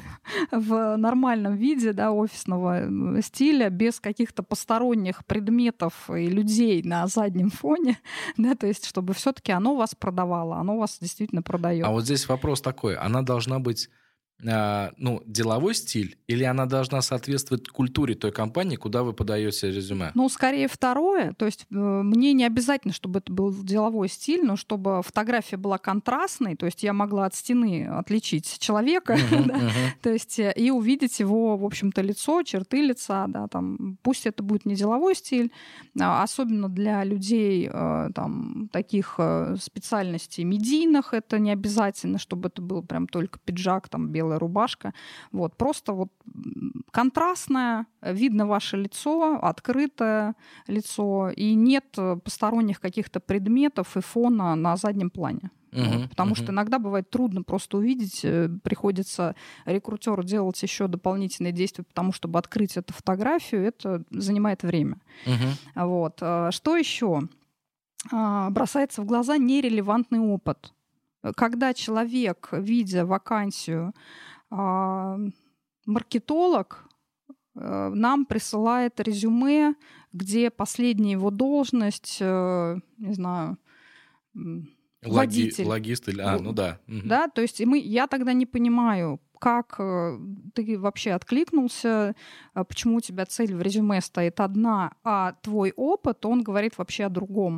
в нормальном виде, да, офисного э, стиля, без каких-то посторонних предметов и людей на заднем фоне, да, то есть чтобы все-таки оно вас продавало, оно вас действительно продает. А вот здесь вопрос такой. Она должна быть, а, ну, деловой стиль, или она должна соответствовать культуре той компании, куда вы подаете резюме? Ну, скорее второе. То есть э, мне не обязательно, чтобы это был деловой стиль, но чтобы фотография была контрастной, то есть я могла от стены отличить человека, Мгм, да, мгм. то есть э, и увидеть его, в общем-то, лицо, черты лица, да, там, пусть это будет не деловой стиль, а, особенно для людей э, там таких э, специальностей медийных, это не обязательно, чтобы это был прям только пиджак, там, белая рубашка, вот, просто вот м, контрастное, видно ваше лицо, открытое лицо, и нет э, посторонних каких-то предметов и фона на заднем плане. Вот, Мгм, потому мгм. что иногда бывает трудно просто увидеть, э, приходится рекрутеру делать еще дополнительные действия, потому чтобы открыть эту фотографию, это занимает время. Мгм. Вот. А, Что еще? А, Бросается в глаза нерелевантный опыт. Когда человек, видя вакансию, а, маркетолог, э, нам присылает резюме, где последняя его должность, э, не знаю, м, Логи- водитель. Логист или... А, ну да. Мгм. Да, то есть и мы, я тогда не понимаю, как э, ты вообще откликнулся, а почему у тебя цель в резюме стоит одна, а твой опыт, он говорит вообще о другом.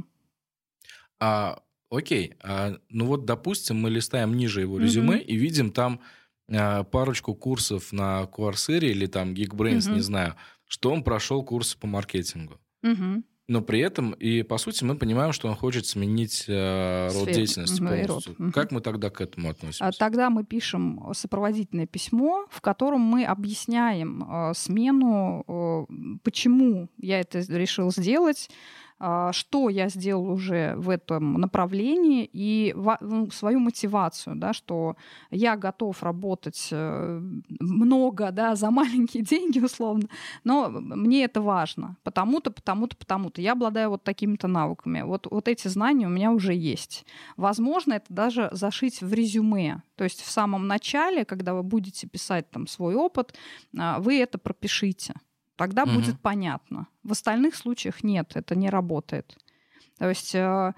А, окей. А, ну вот, допустим, мы листаем ниже его Мгм. резюме и видим там а, парочку курсов на Coursera или там Geekbrains, не Мгм. знаю, что он прошел курсы по маркетингу. Мгм. Но при этом, и по сути, мы понимаем, что он хочет сменить э, род Сферу. деятельности Мгм, и род. полностью. Мгм. Как мы тогда к этому А относимся? Тогда мы пишем сопроводительное письмо, в котором мы объясняем э, смену, э, почему я это решил сделать, а, что я сделал уже в этом направлении и ва- ну, свою мотивацию, да, что я готов работать э, много, да, за маленькие деньги условно, но мне это важно, потому-то, потому-то, потому-то. Я обладаю вот такими-то навыками. Вот, вот эти знания у меня уже есть. Возможно, это даже зашить в резюме. То есть в самом начале, когда вы будете писать там свой опыт, а, вы это пропишите. Тогда Мгм. будет понятно. В остальных случаях нет, это не работает. То есть э, а,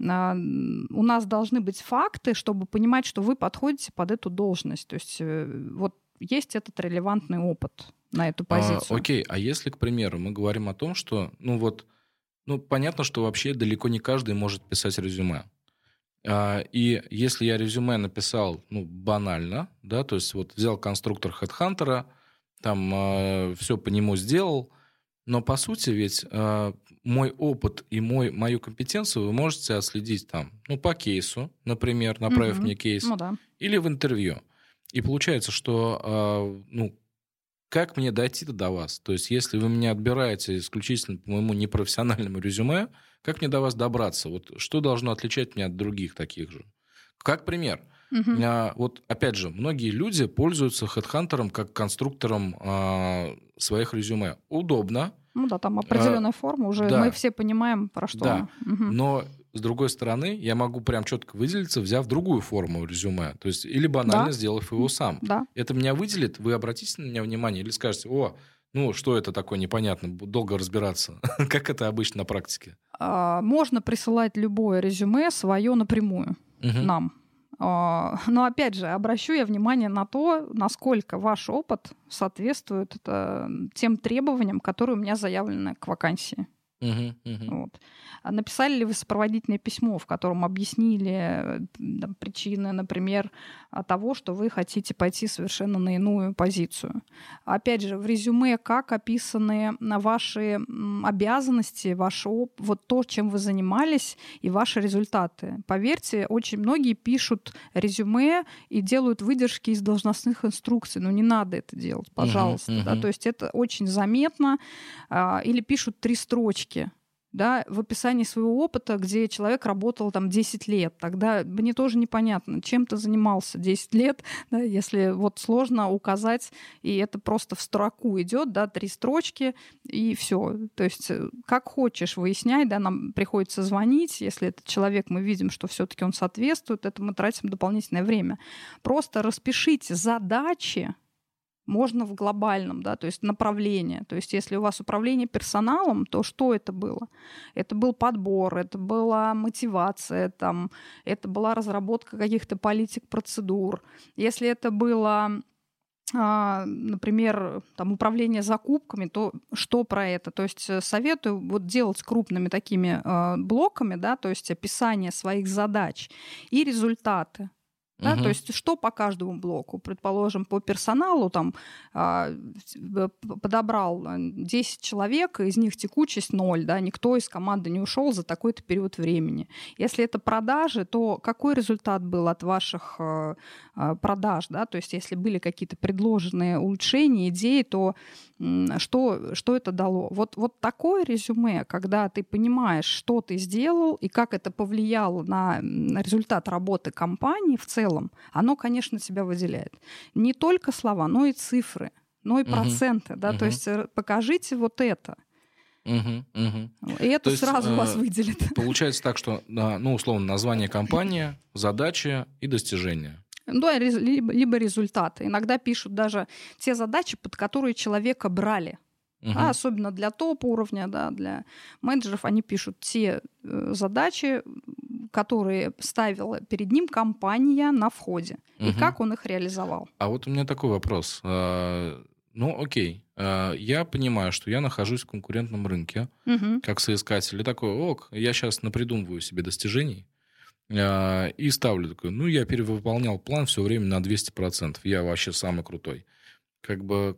у нас должны быть факты, чтобы понимать, что вы подходите под эту должность. То есть э, вот есть этот релевантный опыт на эту А, позицию. окей, а если, к примеру, мы говорим о том, что, ну вот, ну понятно, что вообще далеко не каждый может писать резюме. А, и если я резюме написал, ну, банально, да, то есть вот взял конструктор HeadHunter, там все по нему сделал, но по сути ведь а, мой опыт и мой, мою компетенцию вы можете отследить там, ну, по кейсу, например, направив Мгм. мне кейс, Ну да. или в интервью. И получается, что, а, ну, как мне дойти до вас? То есть, если вы меня отбираете исключительно по моему непрофессиональному резюме, как мне до вас добраться? Вот что должно отличать меня от других таких же? Как пример. Мгм. А, вот опять же, многие люди пользуются HeadHunter как конструктором а, своих резюме. Удобно. Ну да, там А, определенная форма уже. Мы да, все понимаем, про что да. она. Мгм. Но с другой стороны, я могу прям четко выделиться, взяв другую форму резюме. То есть, или банально Да, сделав его сам. да. Это меня выделит, вы обратите на меня внимание или скажете: о, ну что это такое непонятно, буду долго разбираться. Как это обычно на практике? А, Можно присылать любое резюме свое напрямую Мгм. нам. А, Но опять же, обращу я внимание на то, насколько ваш опыт соответствует это, тем требованиям, которые у меня заявлены к вакансии. Uh-huh, uh-huh. Вот. А написали ли вы сопроводительное письмо, в котором объяснили там, причины, например, того, что вы хотите пойти совершенно на иную позицию? Опять же, в резюме как описаны ваши обязанности, ваш оп- вот то, чем вы занимались, и ваши результаты. Поверьте, очень многие пишут резюме и делают выдержки из должностных инструкций. Но не надо это делать, пожалуйста. Uh-huh, uh-huh. Да? То есть это очень заметно. Или пишут три строчки. Да, в описании своего опыта, где человек работал там десять лет. Тогда мне тоже непонятно, чем ты занимался десять лет, да, если вот сложно указать, и это просто в строку идет, да, три строчки, и все. То есть как хочешь выясняй, да, нам приходится звонить, если этот человек, мы видим, что все-таки он соответствует, это мы тратим дополнительное время. Просто распишите задачи, можно в глобальном, да, то есть направление. То есть если у вас управление персоналом, то что это было? Это был подбор, это была мотивация, там, это была разработка каких-то политик, процедур. Если это было, например, там, управление закупками, то что про это? То есть советую вот делать крупными такими блоками, да, то есть описание своих задач и результаты. Да, Uh-huh. то есть что по каждому блоку? Предположим, по персоналу там, подобрал десять человек, из них текучесть ноль, да, никто из команды не ушел за такой-то период времени. Если это продажи, то какой результат был от ваших продаж? Да? То есть если были какие-то предложенные улучшения, идеи, то что, что это дало? Вот, вот такое резюме, когда ты понимаешь, что ты сделал и как это повлияло на результат работы компании в целом, оно, конечно, тебя выделяет. Не только слова, но и цифры, но и проценты. Uh-huh. Да? Uh-huh. То есть покажите вот это. Uh-huh. Uh-huh. И это То сразу есть, вас выделит. Получается так, что, ну, условно, название компании, задачи и достижения. Да, либо, либо результаты. Иногда пишут даже те задачи, под которые человека брали. Uh-huh. А особенно для топ-уровня, да, для менеджеров, они пишут те э, задачи, которые ставила перед ним компания на входе. Uh-huh. И как он их реализовал. А вот у меня такой вопрос. А, ну, окей. А, я понимаю, что я нахожусь в конкурентном рынке, uh-huh. как соискатель. И такой, ок, я сейчас напридумываю себе достижений. И ставлю такой, ну, я перевыполнял план все время на двести процентов. Я вообще самый крутой. Как бы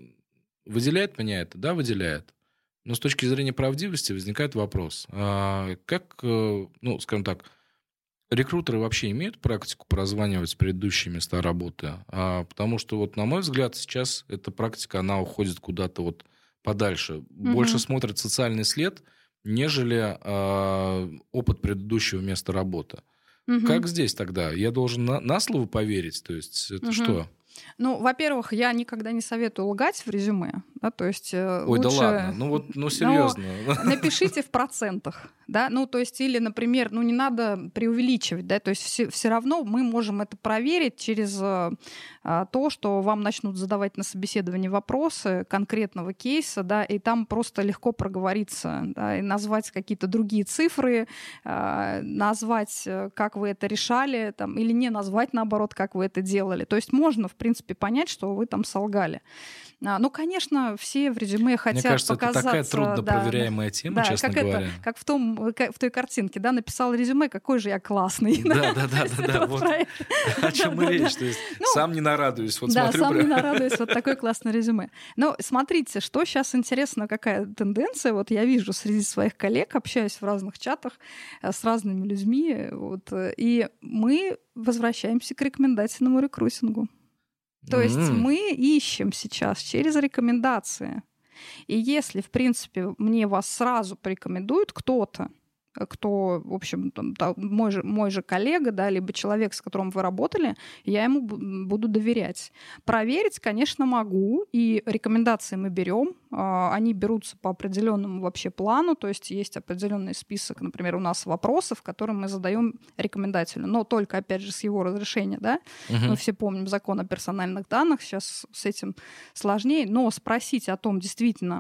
выделяет меня это? Да, выделяет. Но с точки зрения правдивости возникает вопрос. А как, ну, скажем так, рекрутеры вообще имеют практику прозванивать предыдущие места работы? А, потому что, вот, на мой взгляд, сейчас эта практика, она уходит куда-то вот подальше. Mm-hmm. Больше смотрят социальный след, нежели э, опыт предыдущего места работы. Угу. Как здесь тогда? Я должен на, на слово поверить? То есть это угу. что? Ну, во-первых, я никогда не советую лгать в резюме. Да, то есть, Ой, лучше... да ладно, ну вот, ну серьезно. Напишите в процентах. Да? Ну, то есть, или, например, ну не надо преувеличивать, да, то есть все, все равно мы можем это проверить через а, то, что вам начнут задавать на собеседовании вопросы конкретного кейса, да, и там просто легко проговориться, да, и назвать какие-то другие цифры, а, назвать, как вы это решали, там, или не назвать, наоборот, как вы это делали. То есть можно, в принципе, понять, что вы там солгали. А, ну, конечно, все в резюме хотят Мне кажется, показаться... это такая трудно да, проверяемая тема, да, честно как говоря. Это, как в том, в той картинке, да, написал резюме, какой же я классный. Да, да, да, да, да. Вот о чем и речь. То есть сам не нарадуюсь. Вот да, смотрю, сам прям... не нарадуюсь. Вот такое классное резюме. Но смотрите, что сейчас интересно, какая тенденция. Вот я вижу среди своих коллег, общаюсь в разных чатах с разными людьми, вот, и мы возвращаемся к рекомендательному рекрутингу. То есть mm. мы ищем сейчас через рекомендации. И если, в принципе, мне вас сразу порекомендует кто-то, кто, в общем, там, мой, же, мой же коллега, да, либо человек, с которым вы работали, я ему буду доверять. Проверить, конечно, могу, и рекомендации мы берем. Они берутся по определенному вообще плану, то есть есть определенный список, например, у нас вопросов, которые мы задаем рекомендателю, но только, опять же, с его разрешения, да. Uh-huh. Мы все помним закон о персональных данных, сейчас с этим сложнее, но спросить о том, действительно,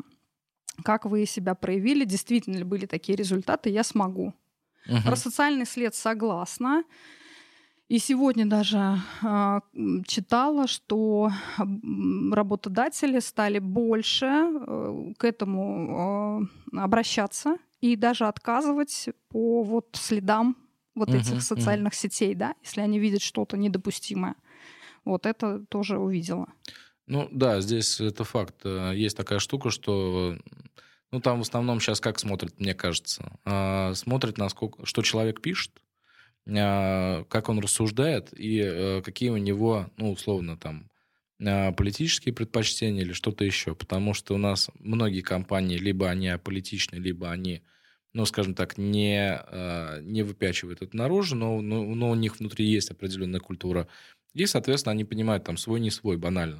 как вы себя проявили, действительно ли были такие результаты, я смогу. Uh-huh. Про социальный след согласна. И сегодня даже э, читала, что работодатели стали больше э, к этому э, обращаться и даже отказывать по вот следам вот uh-huh, этих социальных uh-huh. сетей, да, если они видят что-то недопустимое. Вот это тоже увидела. Ну да, здесь это факт. Есть такая штука, что ну, там в основном сейчас как смотрят, мне кажется, смотрят, насколько, что человек пишет, как он рассуждает и какие у него, ну, условно, там, политические предпочтения или что-то еще. Потому что у нас многие компании, либо они аполитичны, либо они, ну, скажем так, не, не выпячивают это наружу, но, но, но у них внутри есть определенная культура. И, соответственно, они понимают там свой, не свой, банально.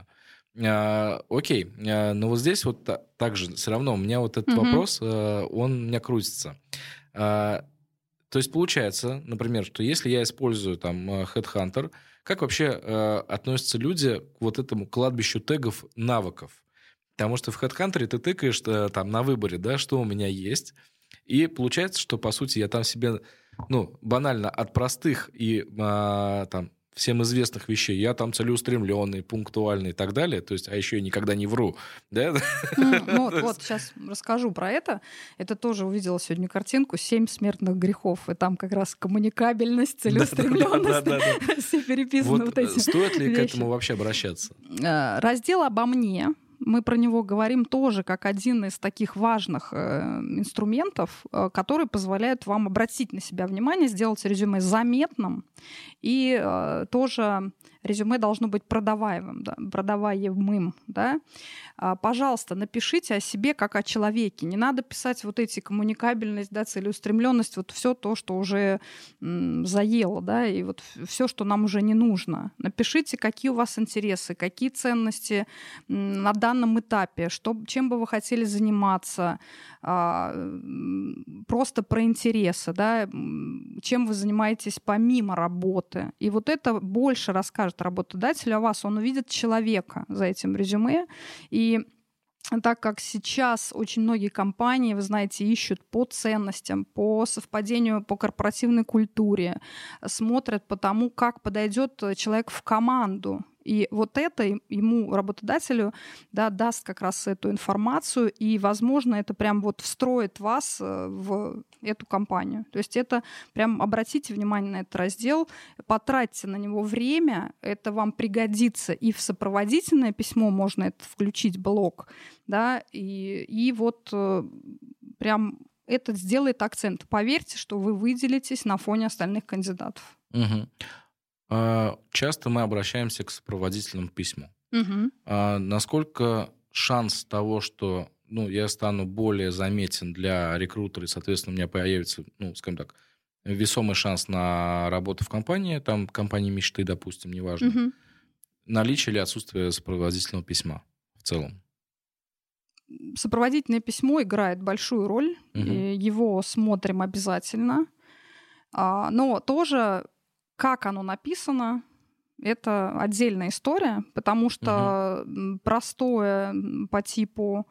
А, окей, а, но вот здесь вот та, также все равно у меня вот этот mm-hmm. вопрос, а, он у меня крутится. А, то есть получается, например, что если я использую там HeadHunter, как вообще а, относятся люди к вот этому кладбищу тегов навыков? Потому что в HeadHunter ты тыкаешь там на выборе, да, что у меня есть, и получается, что, по сути, я там себе, ну, банально от простых и а, там всем известных вещей. Я там целеустремленный, пунктуальный и так далее. То есть, а еще я никогда не вру. Да? Ну, вот, вот, сейчас расскажу про это. Это тоже увидела сегодня картинку «Семь смертных грехов». И там как раз коммуникабельность, целеустремленность. Все переписаны вот эти стоит ли к этому вообще обращаться? Раздел «Обо мне». Мы про него говорим тоже как один из таких важных э, инструментов, э, который позволяет вам обратить на себя внимание, сделать резюме заметным. И э, тоже резюме должно быть продаваемым, да, продаваемым. Да? А, пожалуйста, напишите о себе как о человеке. Не надо писать вот эти коммуникабельность, да, целеустремленность, вот все то, что уже м, заело, да, и вот все, что нам уже не нужно. Напишите, какие у вас интересы, какие ценности м, на данном этапе, что, чем бы вы хотели заниматься, а, просто про интересы, да, чем вы занимаетесь помимо работы. И вот это больше расскажет работодатель о вас. Он увидит человека за этим резюме. И так как сейчас очень многие компании, вы знаете, ищут по ценностям, по совпадению, по корпоративной культуре, смотрят по тому, как подойдет человек в команду. И вот это ему, работодателю, да, даст как раз эту информацию, и, возможно, это прям вот встроит вас в эту компанию. То есть это прям обратите внимание на этот раздел, потратьте на него время, это вам пригодится. И в сопроводительное письмо можно это включить, блок, да, и, и вот прям это сделает акцент. Поверьте, что вы выделитесь на фоне остальных кандидатов. Угу. Часто мы обращаемся к сопроводительному письму. Угу. А насколько шанс того, что ну, я стану более заметен для рекрутера, и, соответственно, у меня появится, ну, скажем так, весомый шанс на работу в компании, там, компании мечты, допустим, неважно, угу. наличие или отсутствие сопроводительного письма в целом? Сопроводительное письмо играет большую роль, угу. Его смотрим обязательно, но тоже как оно написано, это отдельная история, потому что угу. простое по типу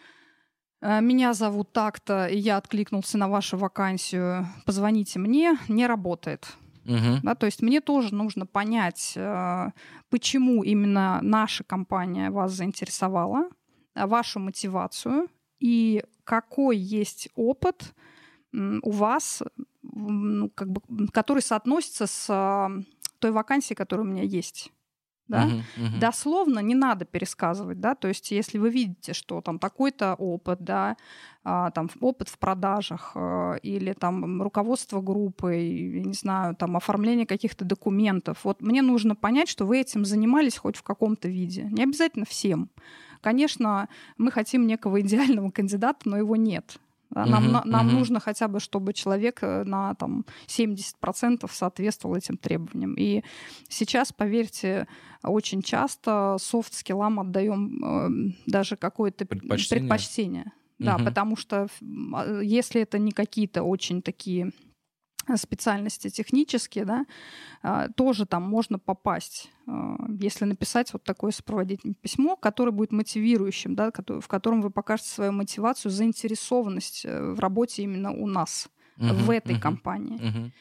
«меня зовут так-то, и я откликнулся на вашу вакансию, позвоните мне», не работает. Угу. Да, то есть мне тоже нужно понять, почему именно наша компания вас заинтересовала, вашу мотивацию и какой есть опыт у вас, ну, как бы, который соотносится с той вакансией, которая у меня есть. Да? Uh-huh, uh-huh. Дословно не надо пересказывать, да, то есть если вы видите, что там такой-то опыт, да, а, там опыт в продажах а, или там руководство группой, я не знаю, там оформление каких-то документов, вот мне нужно понять, что вы этим занимались хоть в каком-то виде, не обязательно всем. Конечно, мы хотим некого идеального кандидата, но его нет. Нам, uh-huh, нам uh-huh. нужно хотя бы, чтобы человек на там, семьдесят процентов соответствовал этим требованиям. И сейчас, поверьте, очень часто софт-скиллам отдаем э, даже какое-то предпочтение. предпочтение. Uh-huh. Да, потому что если это не какие-то очень такие специальности технические, да, тоже там можно попасть, если написать вот такое сопроводительное письмо, которое будет мотивирующим, да, в котором вы покажете свою мотивацию, заинтересованность в работе именно у нас, uh-huh, в этой uh-huh, компании. Uh-huh.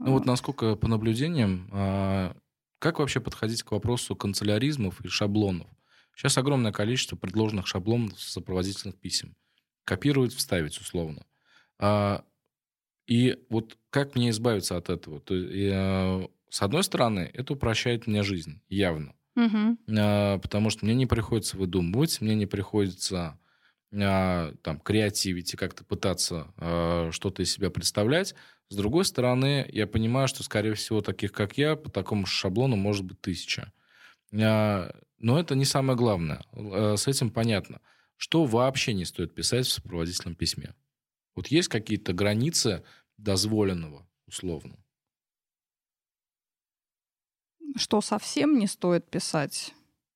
Ну вот насколько по наблюдениям, а, как вообще подходить к вопросу канцеляризмов и шаблонов? Сейчас огромное количество предложенных шаблонов сопроводительных писем. Копировать, вставить условно. А, И вот как мне избавиться от этого? То, и, а, с одной стороны, это упрощает мне жизнь, явно. Мгм. А, Потому что мне не приходится выдумывать, мне не приходится а, там, креативить и как-то пытаться а, что-то из себя представлять. С другой стороны, я понимаю, что, скорее всего, таких, как я, по такому же шаблону может быть тысяча. А, Но это не самое главное. Э, С этим понятно. Что вообще не стоит писать в сопроводительном письме? Вот есть какие-то границы дозволенного, условно? Что совсем не стоит писать?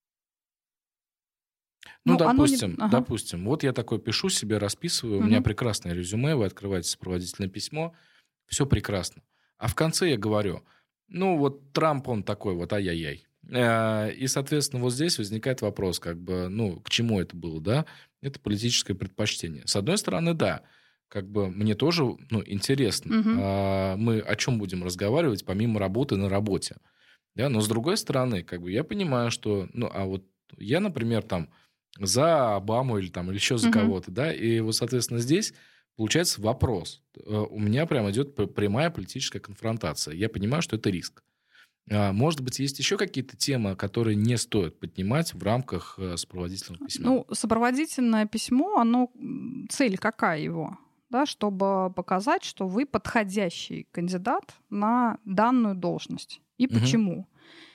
Ну, Ну, оно не... допустим, Ага. допустим, вот я такой пишу себе, расписываю, у Мгм. меня прекрасное резюме, вы открываете сопроводительное письмо, все прекрасно. А в конце я говорю, ну, вот Трамп, он такой вот, ай-яй-яй. Э, И, соответственно, вот здесь возникает вопрос, как бы, ну, к чему это было, да? Это политическое предпочтение. С одной стороны, да, как бы мне тоже, ну, интересно, Мгм. а, мы о чем будем разговаривать помимо работы на работе, да? Но с другой стороны, как бы я понимаю, что, ну, а вот я, например, там за Обаму или там или еще за Мгм. кого-то, да, и вот, соответственно, здесь получается вопрос. Э, У меня прям идет п- прямая политическая конфронтация. Я понимаю, что это риск. А, Может быть, есть еще какие-то темы, которые не стоит поднимать в рамках э, сопроводительного письма? Ну, сопроводительное письмо, оно, м, цель какая его? Да, чтобы показать, что вы подходящий кандидат на данную должность. И Мгм. почему?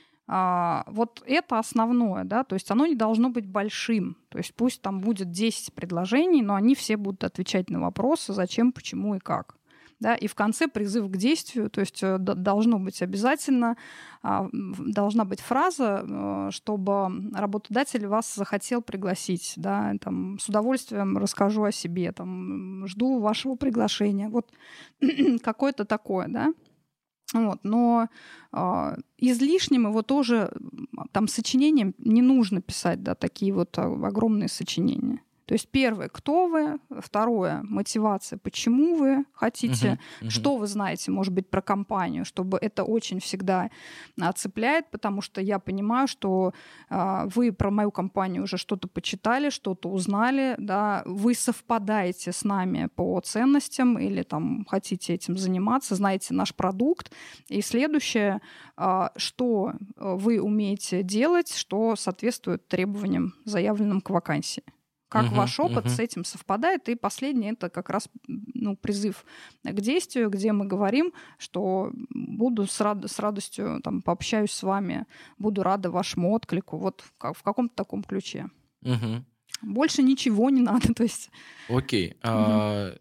А, вот это основное, да, то есть оно не должно быть большим. То есть пусть там будет десять предложений, но они все будут отвечать на вопросы, зачем, почему и как. Да, и в конце призыв к действию, то есть э, д- должно быть обязательно, а, в- должна быть фраза, э, чтобы работодатель вас захотел пригласить, да, там, с удовольствием расскажу о себе, там, жду вашего приглашения, вот какое-то такое, да. Вот, но а, излишним его тоже м, там сочинением не нужно писать, да, такие вот а, огромные сочинения. То есть первое, кто вы, второе, мотивация, почему вы хотите, Мгм. Мгм. что вы знаете, может быть, про компанию, чтобы это очень всегда а, цепляет, потому что я понимаю, что а, вы про мою компанию уже что-то почитали, что-то узнали, да, вы совпадаете с нами по ценностям или там хотите этим заниматься, знаете наш продукт. И следующее, а, что э, вы умеете делать, что соответствует требованиям, заявленным к вакансии. Как Мгм. ваш опыт с Мгм. этим совпадает. И последнее — это как раз м, ну, призыв к действию, где мы говорим, что буду с, рад- с радостью там, пообщаюсь с вами, буду рада вашему отклику. Вот в, ка- в каком-то таком ключе. Мгм. Больше ничего не надо. То есть, Окей. мгм. А,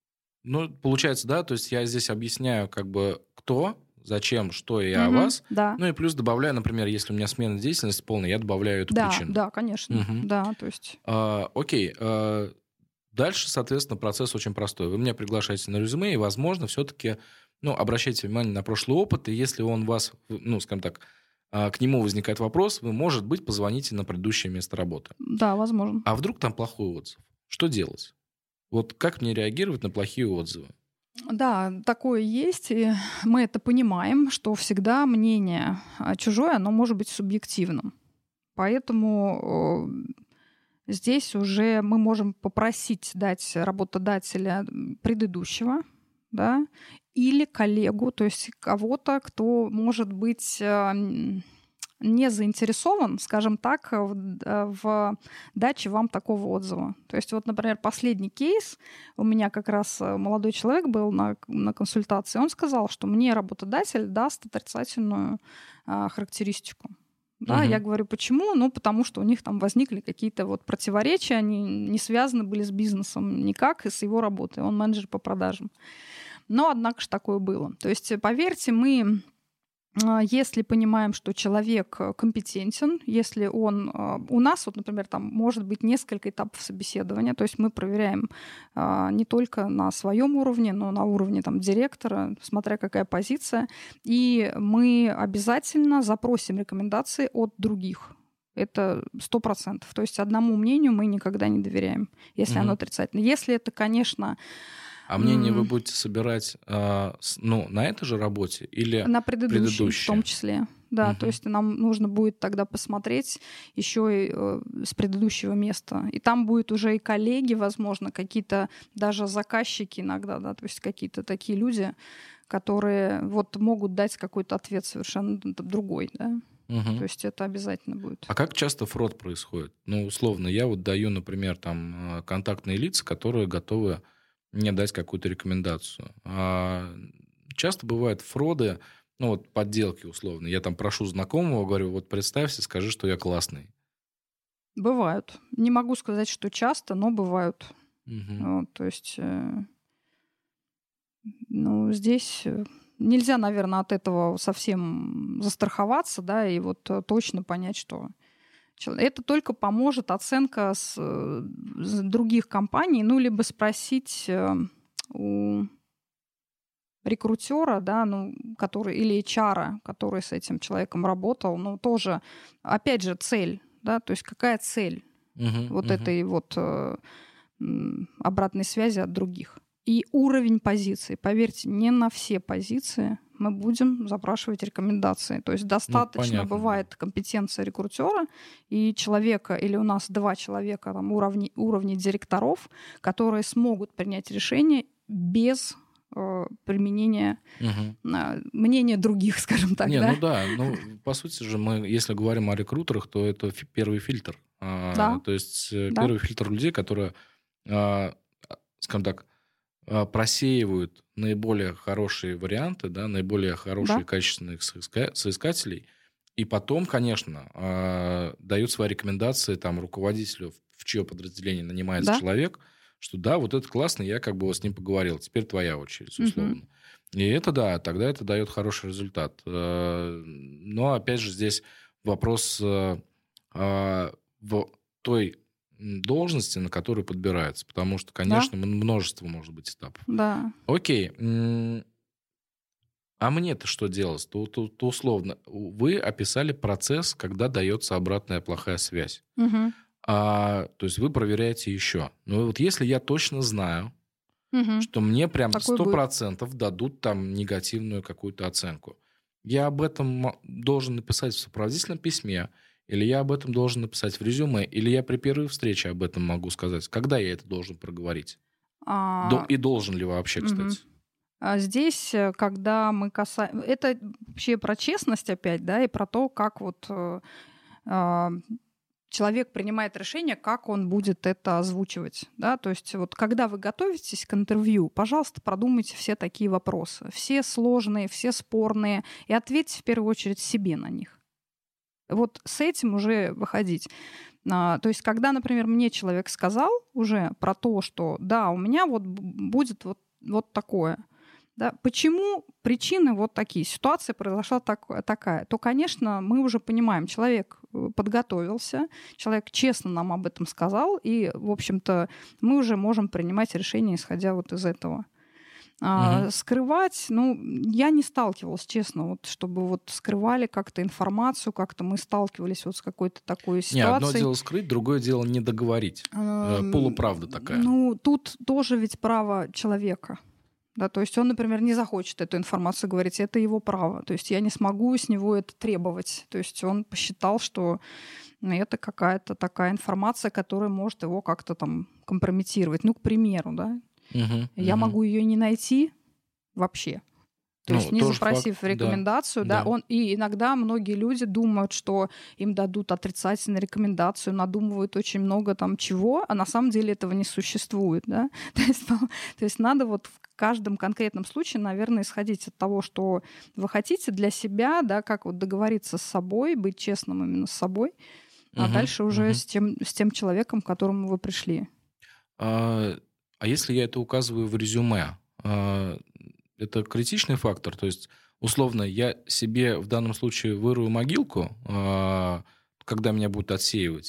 Ну, получается, да, то есть я здесь объясняю, как бы, кто, зачем, что и о Мгм. вас. Да, Ну и плюс добавляю, например, если у меня смена деятельности полная, я добавляю эту да, причину. да, конечно. Мгм. Да, то есть... А, Окей. а, Дальше, соответственно, процесс очень простой. Вы меня приглашаете на резюме, и, возможно, все-таки, ну, обращайте внимание на прошлый опыт, и если он вас, ну, скажем так, а, к нему возникает вопрос, вы, может быть, позвоните на предыдущее место работы. Да, возможно. А вдруг там плохой отзыв? Что делать? Вот как мне реагировать на плохие отзывы? Да, такое есть, и мы это понимаем, что всегда мнение а, чужое, оно может быть субъективным. Поэтому э, здесь уже мы можем попросить дать работодателя м, предыдущего, да, или коллегу, то есть кого-то, кто может быть э, м, не заинтересован, скажем так, в, э, в даче вам такого отзыва. То есть вот, например, последний кейс, у меня как раз э, молодой человек был на, на консультации, он сказал, что мне работодатель даст отрицательную а, характеристику. Да, я Мгм. говорю, почему? Ну, потому что у них там возникли какие-то вот противоречия, они не связаны были с бизнесом никак и с его работой. Он менеджер по продажам. Но, однако же, такое было. То есть, э, поверьте, мы а, если понимаем, что человек э, компетентен, если он... а, У нас, вот, например, там может быть несколько этапов собеседования, то есть мы проверяем а, не только на своем уровне, но на уровне там, директора, смотря какая позиция, и мы обязательно запросим рекомендации от других. Это сто процентов. То есть одному мнению мы никогда не доверяем, если оно Мгм. отрицательное. Если это, конечно, А мнение вы будете собирать а, с, ну, на этой же работе или на предыдущей, предыдущей? В том числе. Да, Угу. то есть нам нужно будет тогда посмотреть еще и э, с предыдущего места. И там будет уже и коллеги, возможно, какие-то даже заказчики иногда, да, то есть какие-то такие люди, которые вот могут дать какой-то ответ совершенно другой, да. Угу. То есть это обязательно будет. А как часто фрод происходит? Ну, условно, я вот даю, например, там контактные лица, которые готовы мне дать какую-то рекомендацию. А часто бывают фроды, ну, вот подделки условно. Я там прошу знакомого, говорю, вот представься, скажи, что я классный. Бывают. Не могу сказать, что часто, но бывают. Угу. Вот, то есть, э, ну, здесь нельзя, наверное, от этого совсем застраховаться, да, и вот точно понять, что это только поможет оценка с, с других компаний, ну, либо спросить у рекрутера, да, ну, который, или эйч ар, который с этим человеком работал, ну, тоже, опять же, цель, да, то есть какая цель угу, вот угу. этой вот э, обратной связи от других. И уровень позиций. Поверьте, не на все позиции мы будем запрашивать рекомендации. То есть достаточно ну, бывает компетенция рекрутера и человека, или у нас два человека там, уровни, уровней директоров, которые смогут принять решение без э, применения угу. э, мнения других, скажем так. Не, да? ну да, ну по сути же мы, если говорим о рекрутерах, то это фи- первый фильтр. А, Да. то есть Да. первый фильтр людей, которые, а, скажем так, просеивают наиболее хорошие варианты, да, наиболее хорошие Да. качественных соиска- соискателей, и потом, конечно, э, дают свои рекомендации там, руководителю, в чье подразделение нанимается Да. человек, что да, вот это классно, я как бы вот с ним поговорил, теперь твоя очередь, условно. Мгм. И это да, тогда это дает хороший результат. Э, Но опять же здесь вопрос э, э, в той должности, на которую подбирается. Потому что, конечно, Да. множество может быть этапов. Да. Окей. А мне-то что делать? То, то, то условно. Вы описали процесс, когда дается обратная плохая связь. Угу. А, то есть вы проверяете еще. Но вот если я точно знаю, Угу. что мне прям Такой сто будет. процентов дадут там негативную какую-то оценку, я об этом м- должен написать в сопроводительном письме, или я об этом должен написать в резюме, или я при первой встрече об этом могу сказать. Когда я это должен проговорить? А, До- и должен ли вообще, мгм. кстати? А здесь, э, когда мы касаем... Это вообще про честность опять, да, и про то, как вот э, а, человек принимает решение, как он будет это озвучивать, да, то есть вот когда вы готовитесь к интервью, пожалуйста, продумайте все такие вопросы, все сложные, все спорные, и ответьте в первую очередь себе на них. Вот с этим уже выходить. А, то есть, когда, например, мне человек сказал уже про то, что да, у меня вот б- будет вот, вот такое, да, почему причины вот такие, ситуация произошла так, такая, то, конечно, мы уже понимаем, человек э, подготовился, человек честно нам об этом сказал, и, в общем-то, мы уже можем принимать решение, исходя вот из этого. А, Мгм. скрывать, ну, я не сталкивалась, честно, вот, чтобы вот скрывали как-то информацию, как-то мы сталкивались вот с какой-то такой Не, одно ситуацией. дело скрыть, другое дело не договорить. Э, Эм, Полуправда такая. Ну, тут тоже ведь право человека. Да, то есть он, например, не захочет эту информацию говорить, это его право. То есть я не смогу с него это требовать. То есть он посчитал, что это какая-то такая информация, которая может его как-то там компрометировать. Ну, к примеру, да. Мгм, Я мгм. могу ее не найти вообще. То Ну, есть не тоже запросив факт, да, рекомендацию, да, да. он и иногда многие люди думают, что им дадут отрицательную рекомендацию, надумывают очень много там чего, а на самом деле этого не существует, да. То есть, ну, то есть надо вот в каждом конкретном случае, наверное, исходить от того, что вы хотите для себя, да, как вот договориться с собой, быть честным именно с собой, а Мгм, дальше уже мгм. с тем, с тем человеком, к которому вы пришли. А, а если я это указываю в резюме, а, это критичный фактор? То есть, условно, я себе в данном случае вырую могилку, а, когда меня будут отсеивать,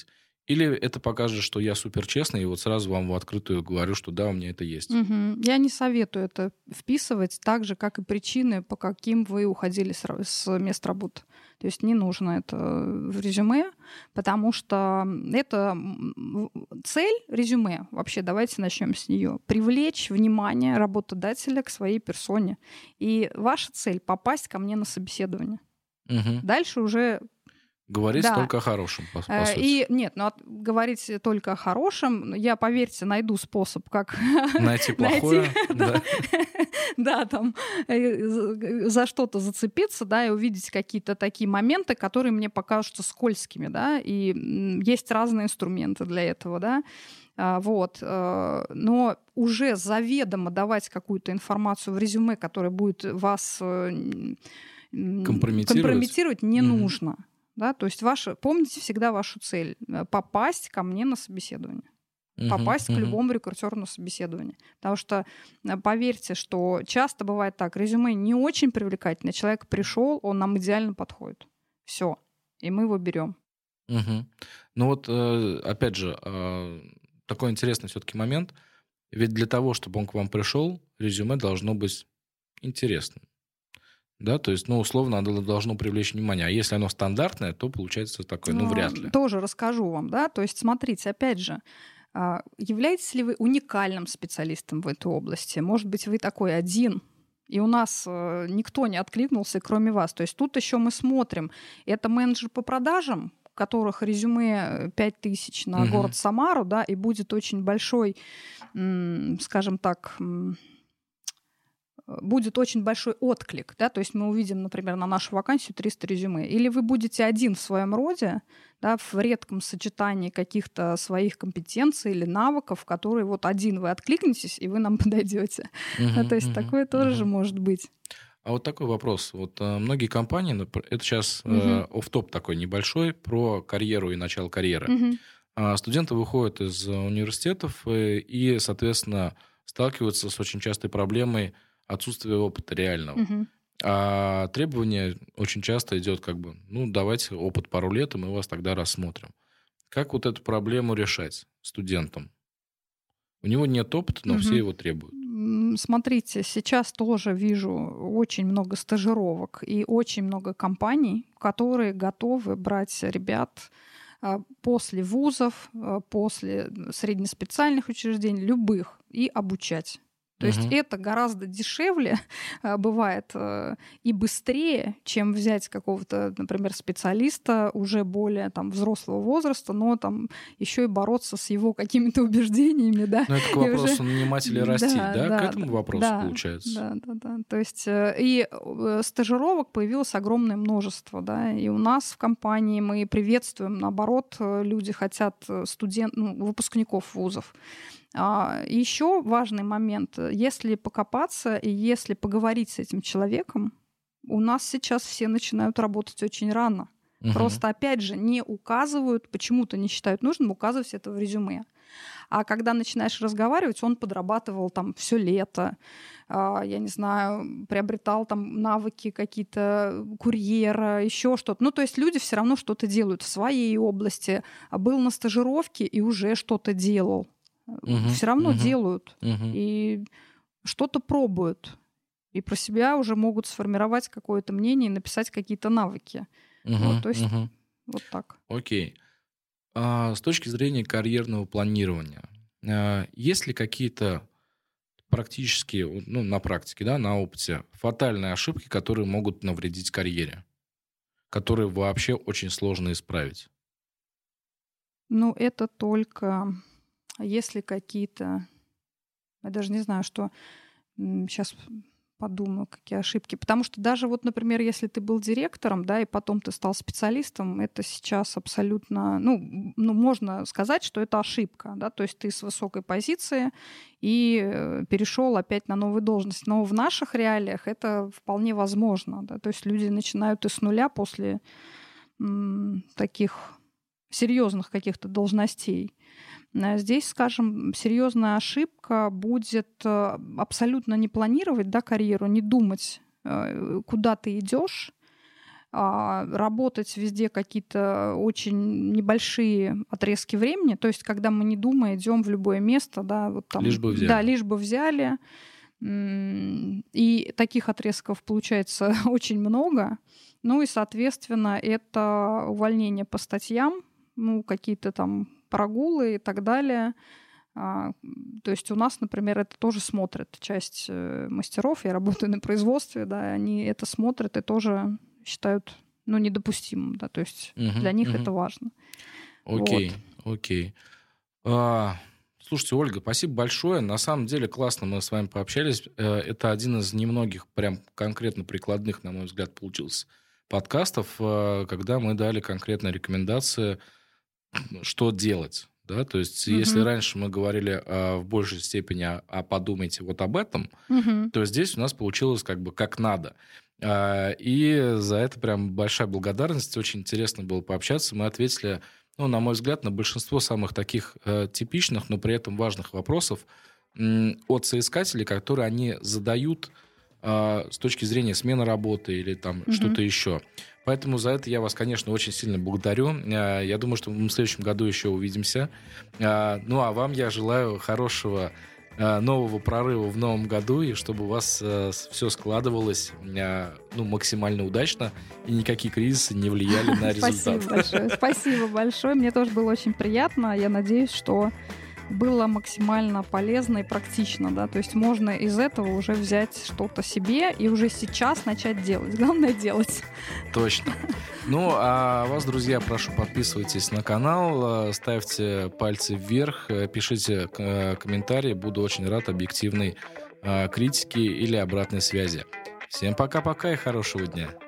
Или это покажет, что я суперчестный, и вот сразу вам в открытую говорю, что да, у меня это есть. Мгм. Я не советую это вписывать так же, как и причины, по каким вы уходили с, ра- с мест работы. То есть не нужно это в резюме, потому что это м, цель резюме. Вообще, давайте начнем с нее. Привлечь внимание работодателя к своей персоне. И ваша цель — попасть ко мне на собеседование. Мгм. Дальше уже Говорить да. только о хорошем, по, по Э, сути. И нет, ну от- говорить только о хорошем, я, поверьте, найду способ, как Найти найти, плохое. да, Да. да, там э, за за что-то зацепиться, да, и увидеть какие-то такие моменты, которые мне покажутся скользкими, да, и м, есть разные инструменты для этого, да. А, Вот. э, Но уже заведомо давать какую-то информацию в резюме, которая будет вас э, м, м, Компрометировать. компрометировать, не Мгм. нужно. Да? То есть ваша, помните всегда вашу цель — э, попасть ко мне на собеседование, Мгм, попасть к мгм. любому рекрутеру на собеседование. Потому что э, поверьте, что часто бывает так: резюме не очень привлекательное, человек пришел, он нам идеально подходит. Все. И мы его берем. Мгм. Ну вот, э, опять же, а, такой интересный все-таки момент. Ведь для того, чтобы он к вам пришел, резюме должно быть интересным. Да, то есть, ну, условно, оно должно привлечь внимание. А если оно стандартное, то получается такое, ну, вряд ли. Тоже расскажу вам, да. То есть, смотрите, опять же, а, являетесь ли вы уникальным специалистом в этой области? Может быть, вы такой один, и у нас э, никто не откликнулся, кроме вас. То есть тут еще мы смотрим. Это менеджер по продажам, у которых резюме пять тысяч на Мгм. город Самару, да, и будет очень большой, м, скажем так, м, э, будет очень большой отклик, да, то есть мы увидим, например, на нашу вакансию триста резюме. Или вы будете один в своем роде, да, в редком сочетании каких-то своих компетенций или навыков, которые вот один вы откликнетесь, и вы нам подойдете. Ну, то Мгм, есть мгм, такое тоже же мгм. может быть. А вот такой вопрос. Вот э, многие компании, напр- это сейчас Мгм. офф-топ такой небольшой про карьеру и начало карьеры. Мгм. А студенты выходят из э, университетов э, и, соответственно, сталкиваются с очень частой проблемой отсутствия опыта реального. Мгм. А требование очень часто идет как бы, ну, давайте опыт пару лет, и мы вас тогда рассмотрим. Как вот эту проблему решать студентам? У него нет опыта, но все Мгм. его требуют. М, Смотрите, сейчас тоже вижу очень много стажировок и очень много компаний, которые готовы брать ребят а, после вузов, а, после среднеспециальных учреждений, любых, и обучать. То есть Мгм. это гораздо дешевле а, бывает э, и быстрее, чем взять какого-то, например, специалиста уже более там взрослого возраста, но там еще и бороться с его какими-то убеждениями, да, Ну, это к и уже вопросу нанимателя растить, да, да? К да, этому да, вопросу да, получается. да, да, да. То есть э, и э, стажировок появилось огромное множество, да, и у нас в компании мы приветствуем, наоборот, э, люди хотят э, студент, ну, выпускников вузов. А, еще важный момент: э, если покопаться и если поговорить с этим человеком, у нас сейчас все начинают работать очень рано. Мгм. Просто, опять же, не указывают, почему-то не считают нужным указывать это в резюме. А когда начинаешь разговаривать, он подрабатывал там все лето, а, я не знаю, приобретал там навыки какие-то курьера, еще что-то. Ну, то есть люди все равно что-то делают в своей области, а был на стажировке и уже что-то делал. Мгм. Все равно Мгм. делают Мгм. и что-то пробуют. И про себя уже могут сформировать какое-то мнение и написать какие-то навыки. Вот, Мгм. то есть Мгм. вот так. Окей. А с точки зрения карьерного планирования, а, есть ли какие-то практические, вот, ну, на практике, да, на опыте, фатальные ошибки, которые могут навредить карьере, которые вообще очень сложно исправить? Ну, это только если какие-то... Я даже не знаю, что... Сейчас подумаю, какие ошибки. Потому что даже вот, например, если ты был директором, да, и потом ты стал специалистом, это сейчас абсолютно... Ну, м, ну можно сказать, что это ошибка, да, то есть ты с высокой позиции и э, перешел опять на новую должность. Но в наших реалиях это вполне возможно, да, то есть люди начинают и с нуля после м, таких серьезных каких-то должностей. Э, Здесь, скажем, серьезная ошибка будет э, абсолютно не планировать, да, карьеру, не думать, э, куда ты идешь, работать везде какие-то очень небольшие отрезки времени, то есть когда мы не думая идем в любое место, да, вот там, лишь бы взяли. Да, лишь бы взяли. И таких отрезков получается очень много. Ну и, соответственно, это увольнение по статьям, ну, какие-то там прогулы и так далее. То есть у нас, например, это тоже смотрят часть мастеров. Я работаю на производстве, да, они это смотрят и тоже считают, ну, недопустимым, да, то есть угу, для них угу. это важно. Окей, вот. окей. А, слушайте, Ольга, спасибо большое. На самом деле классно мы с вами пообщались. Это один из немногих прям конкретно прикладных, на мой взгляд, получился подкастов, когда мы дали конкретные рекомендации, что делать. Да? То есть, mm-hmm. если раньше мы говорили а, в большей степени а, а подумайте вот об этом, mm-hmm. то здесь у нас получилось как бы как надо. А, и за это прям большая благодарность. Очень интересно было пообщаться. Мы ответили, ну, на мой взгляд, на большинство самых таких э, типичных, но при этом важных вопросов э, от соискателей, которые они задают с точки зрения смены работы или там mm-hmm. что-то еще. Поэтому за это я вас, конечно, очень сильно благодарю. Я думаю, что мы в следующем году еще увидимся. Ну, а вам я желаю хорошего нового прорыва в новом году, и чтобы у вас все складывалось ну, максимально удачно, и никакие кризисы не влияли на результат. Спасибо большое. Спасибо большое. Мне тоже было очень приятно. Я надеюсь, что было максимально полезно и практично, да, то есть можно из этого уже взять что-то себе и уже сейчас начать делать. Главное делать. Точно. Ну, а вас, друзья, прошу, подписывайтесь на канал, ставьте пальцы вверх, пишите комментарии, буду очень рад объективной критике или обратной связи. Всем пока-пока и хорошего дня.